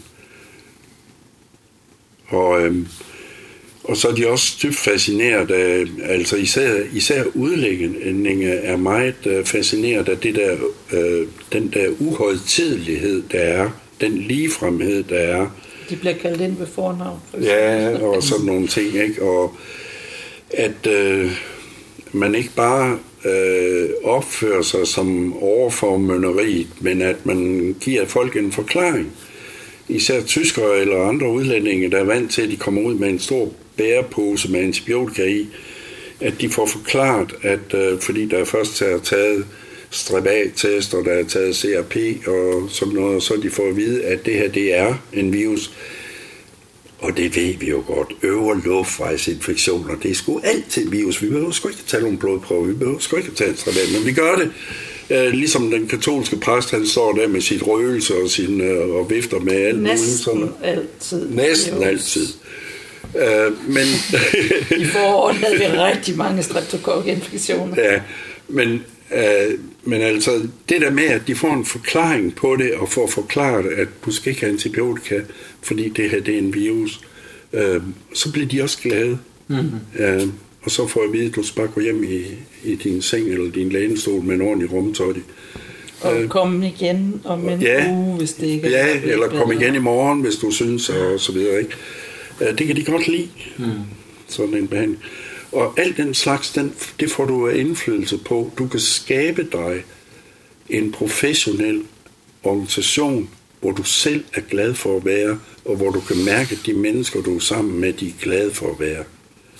Og, øhm, og så er de også dybt fascineret af, altså især, især udlægning er meget øh, fascineret af det der, øh, den der uhøjtidelighed, der er, den ligefremhed, der er. De bliver kaldt ind ved fornavn. Ja, og sådan nogle ting, ikke? Og at øh, man ikke bare øh, opfører sig som overformynderiet, men at man giver folk en forklaring. Især tyskere eller andre udlændinge, der er vant til, at de kommer ud med en stor bærepose med antibiotika i, at de får forklaret, at øh, fordi der først er taget strep-A-test, og der er taget C R P og sådan noget, og så de får at vide, at det her, det er en virus. Og det ved vi jo godt. Øvre luftvejsinfektioner, det er sgu altid en virus. Vi behøver sgu ikke tage nogle blodprøver, vi behøver sgu ikke tage en strep-A, men vi gør det. Uh, ligesom den katolske præst, han står der med sit røgelse og, sin, uh, og vifter med alt muligt. Næsten altid. Næsten jo. altid. Uh, men I foråret havde vi rigtig mange streptokok-infektioner. Ja, men, uh, men altså det der med, at de får en forklaring på det, og får forklaret, at du skal ikke have antibiotika, fordi det her det er en virus, uh, så bliver de også glade. Mm-hmm. Uh, Og så får jeg at vide, at du skal bare gå hjem i, i din seng eller din lænestol med en ordentlig rumtøj. Og komme igen om en ja, uge, hvis det ikke ja, er Ja, eller komme igen i morgen, hvis du synes, og så videre. Ikke? Det kan de godt lide, mm. sådan en behandling. Og alt den slags, den, det får du indflydelse på. Du kan skabe dig en professionel organisation, hvor du selv er glad for at være, og hvor du kan mærke, at de mennesker, du er sammen med, de er glade for at være.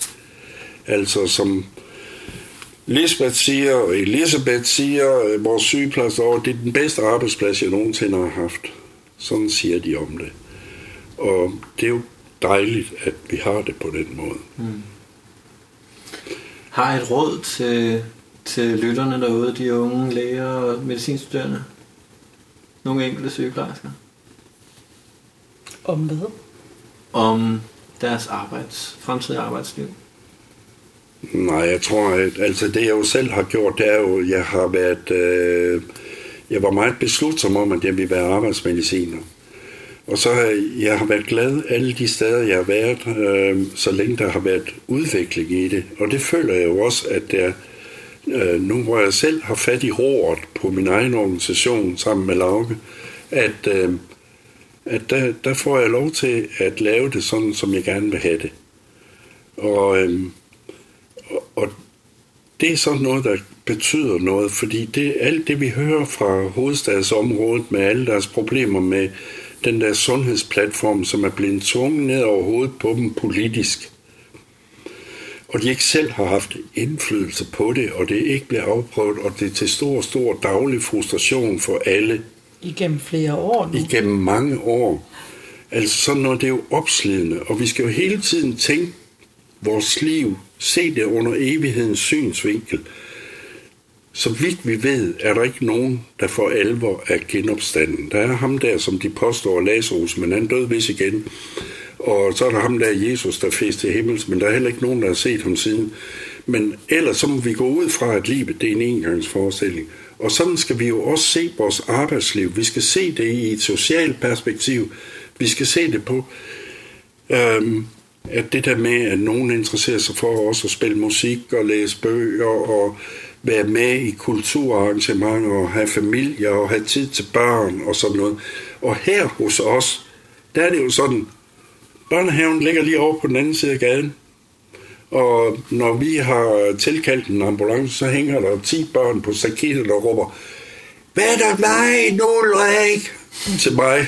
Altså som Lisbeth siger, og Elisabeth siger, vores sygeplejerske over, det er den bedste arbejdsplads, jeg nogensinde har haft. Sådan siger de om det. Og det er jo dejligt, at vi har det på den måde. Mm. Har et råd til, til lytterne derude, de unge læger og medicinstuderende? Nogle enkelte sygeplejersker? Om hvad? Om deres arbejds, fremtidige arbejdsliv. Nej, jeg tror, at altså det jeg jo selv har gjort, det er jo, jeg har været, øh, jeg var meget beslutsom om, at jeg ville være arbejdsmediciner. Og så har jeg, jeg har været glad alle de steder, jeg har været, øh, så længe der har været udvikling i det. Og det føler jeg jo også, at der, øh, nu hvor jeg selv har fat i roret på min egen organisation sammen med Lauke, at, øh, at der, der får jeg lov til at lave det sådan, som jeg gerne vil have det. Og, øh, og, og det er sådan noget, der betyder noget, fordi det, alt det, vi hører fra hovedstadsområdet med alle deres problemer med den der sundhedsplatform, som er blevet tvunget ned over hovedet på dem politisk, og de ikke selv har haft indflydelse på det, og det ikke bliver afprøvet, og det er til stor, stor daglig frustration for alle. Igennem flere år nu. Igennem mange år. Altså sådan noget, det er jo opslidende, og vi skal jo hele tiden tænke vores liv, se det under evighedens synsvinkel. Så vidt vi ved, er der ikke nogen, der for alvor er genopstanden. Der er ham der, som de påstår, Lazarus, men han døde vist igen. Og så er der ham der, Jesus, der fæs til himmels, men der er heller ikke nogen, der har set ham siden. Men ellers så må vi gå ud fra, at livet det er en engangsforestilling. Og sådan skal vi jo også se vores arbejdsliv. Vi skal se det i et socialt perspektiv. Vi skal se det på, øhm, at det der med, at nogen interesserer sig for også at spille musik og læse bøger og være med i kulturarrangementer og have familie og have tid til børn og sådan noget. Og her hos os, der er det jo sådan, børnehaven ligger lige over på den anden side af gaden. Og når vi har tilkaldt en ambulance, så hænger der ti børn på stakettet, der råber, hvad er der mig, Ulrik? Til mig.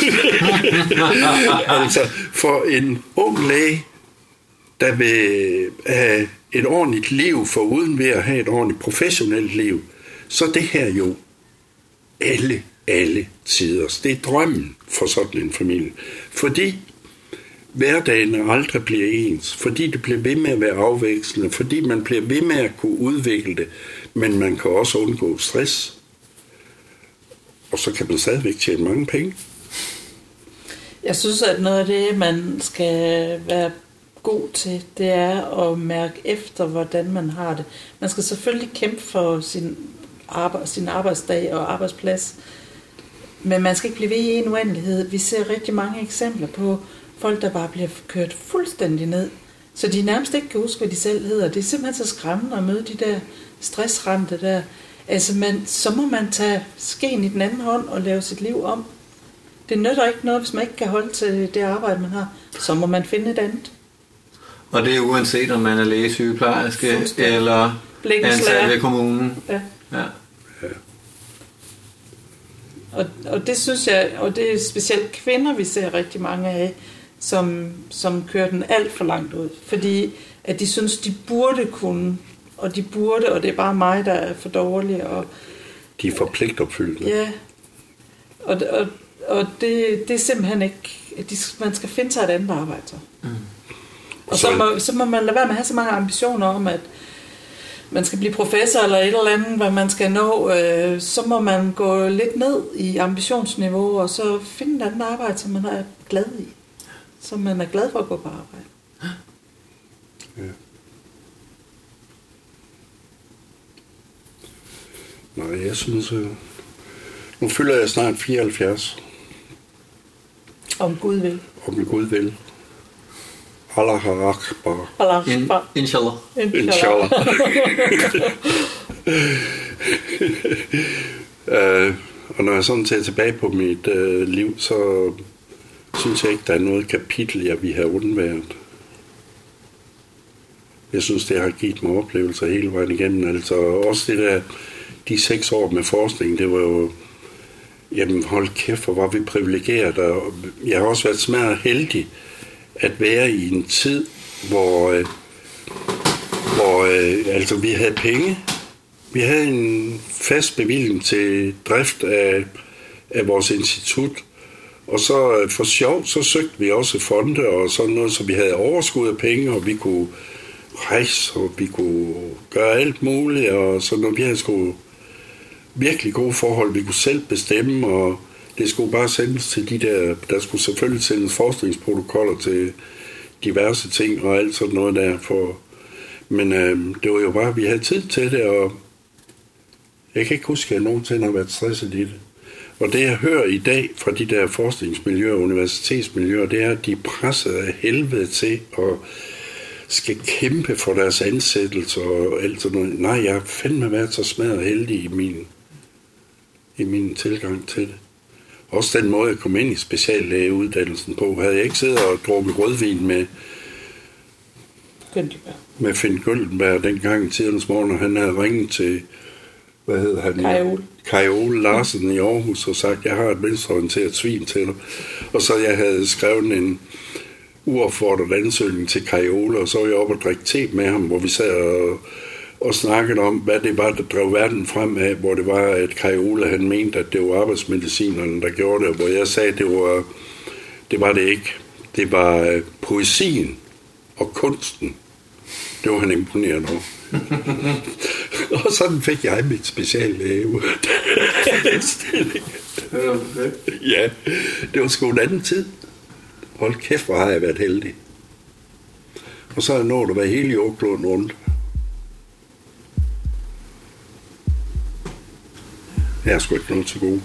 Altså, for en ung læge, der vil have et ordentligt liv, for uden ved at have et ordentligt professionelt liv, så det her jo alle, alle tider. Det er drømmen for sådan en familie. Fordi hverdagen aldrig bliver ens, fordi det bliver ved med at være afvekslende, fordi man bliver ved med at kunne udvikle det, men man kan også undgå stress. Og så kan man stadigvæk tjene mange penge. Jeg synes, at noget af det, man skal være god til, det er at mærke efter, hvordan man har det. Man skal selvfølgelig kæmpe for sin, arbejde, sin arbejdsdag og arbejdsplads, men man skal ikke blive ved i en uendelighed. Vi ser rigtig mange eksempler på folk, der bare bliver kørt fuldstændig ned, så de nærmest ikke kan huske, hvad de selv hedder. Det er simpelthen så skræmmende at møde de der stressramte der. Altså, man, så må man tage skeen i den anden hånd og lave sit liv om. Det nytter ikke noget, hvis man ikke kan holde til det arbejde, man har. Så må man finde et andet. Og det er uanset, om man er lægesygeplejerske eller ansat ved kommunen. Ja. Ja. Og, og det synes jeg, og det er specielt kvinder, vi ser rigtig mange af, som, som kører den alt for langt ud. Fordi at de synes, de burde kunne, og de burde, og det er bare mig, der er for dårlig. Og, de er for pligtopfyldende. Ja, og, og, og det, det er simpelthen ikke, de, man skal finde sig et andet arbejde så. Mm. Og så må, så må man lade være med at have så mange ambitioner om, at man skal blive professor eller et eller andet, hvad man skal nå, øh, så må man gå lidt ned i ambitionsniveau, og så finde et andet arbejde, som man er glad i. Som man er glad for at gå på arbejde. Ja. Nej, jeg synes, øh, nu fylder jeg snart fireoghalvfjerds. Om Gud vil. Om Gud vil. Allah Akbar. Allah Akbar. In, inshallah. Inshallah. uh, og når jeg sådan ser tilbage på mit uh, liv, så synes jeg ikke, der er noget kapitel, jeg vi har undværet. Jeg synes, det har givet mig oplevelser hele vejen igennem. Altså også det der, de seks år med forskning, det var jo, jamen hold kæft, hvor var vi privilegeret. Og jeg har også været smadret heldig at være i en tid, hvor, øh, hvor øh, altså vi havde penge. Vi havde en fast bevilling til drift af, af vores institut. Og så øh, for sjov, så søgte vi også fonde og sådan noget, så vi havde overskud af penge, og vi kunne rejse, og vi kunne gøre alt muligt, og sådan noget. Vi havde sgu virkelig gode forhold. Vi kunne selv bestemme, og det skulle bare sendes til de der, der skulle selvfølgelig sendes forskningsprotokoller til diverse ting og alt sådan noget der. For, men øh, det var jo bare, at vi havde tid til det, og jeg kan ikke huske, at jeg nogensinde har været stresset i det. Og det, jeg hører i dag fra de der forskningsmiljøer og universitetsmiljøer, det er, at de er presset af helvede til at skal kæmpe for deres ansættelse og alt sådan noget. Nej, jeg har fandme været så smadret heldig i min, i min tilgang til det. Også den måde, jeg kom ind i speciallægeuddannelsen på. Havde jeg ikke siddet og drukket rødvin med, med Finn Gyldenberg dengang i tidens morgen, og han havde ringet til, hvad hedder han? Kai Ole. Kai Ole Larsen i Aarhus og sagt, jeg har et venstreorienteret svin til dig. Og så jeg havde skrevet en uopfordret ansøgning til Kai Ole, og så var jeg oppe og drikke te med ham, hvor vi sad og, og snakkede om, hvad det var, der drev verden fremad, hvor det var, at Kai Ole, han mente, at det var arbejdsmedicinerne, der gjorde det, hvor jeg sagde, at det var det, var det ikke. Det var poesien og kunsten. Det var han imponeret over. Og sådan fik jeg mit speciallæge. Ja, det var sgu en anden tid. Hold kæft, hvor har jeg været heldig. Og så har jeg nået at være hele jordkloden rundt. Jeg er sgu ikke noget til gode.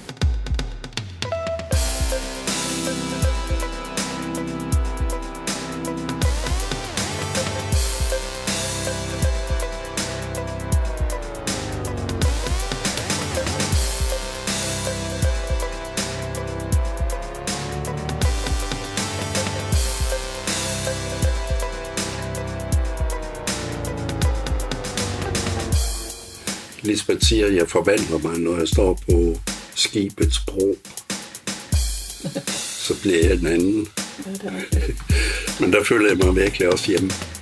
Lisbeth siger, at jeg forvandler mig, når jeg står på skibets bro. Så bliver jeg den anden. Men der føler jeg mig virkelig også hjemme.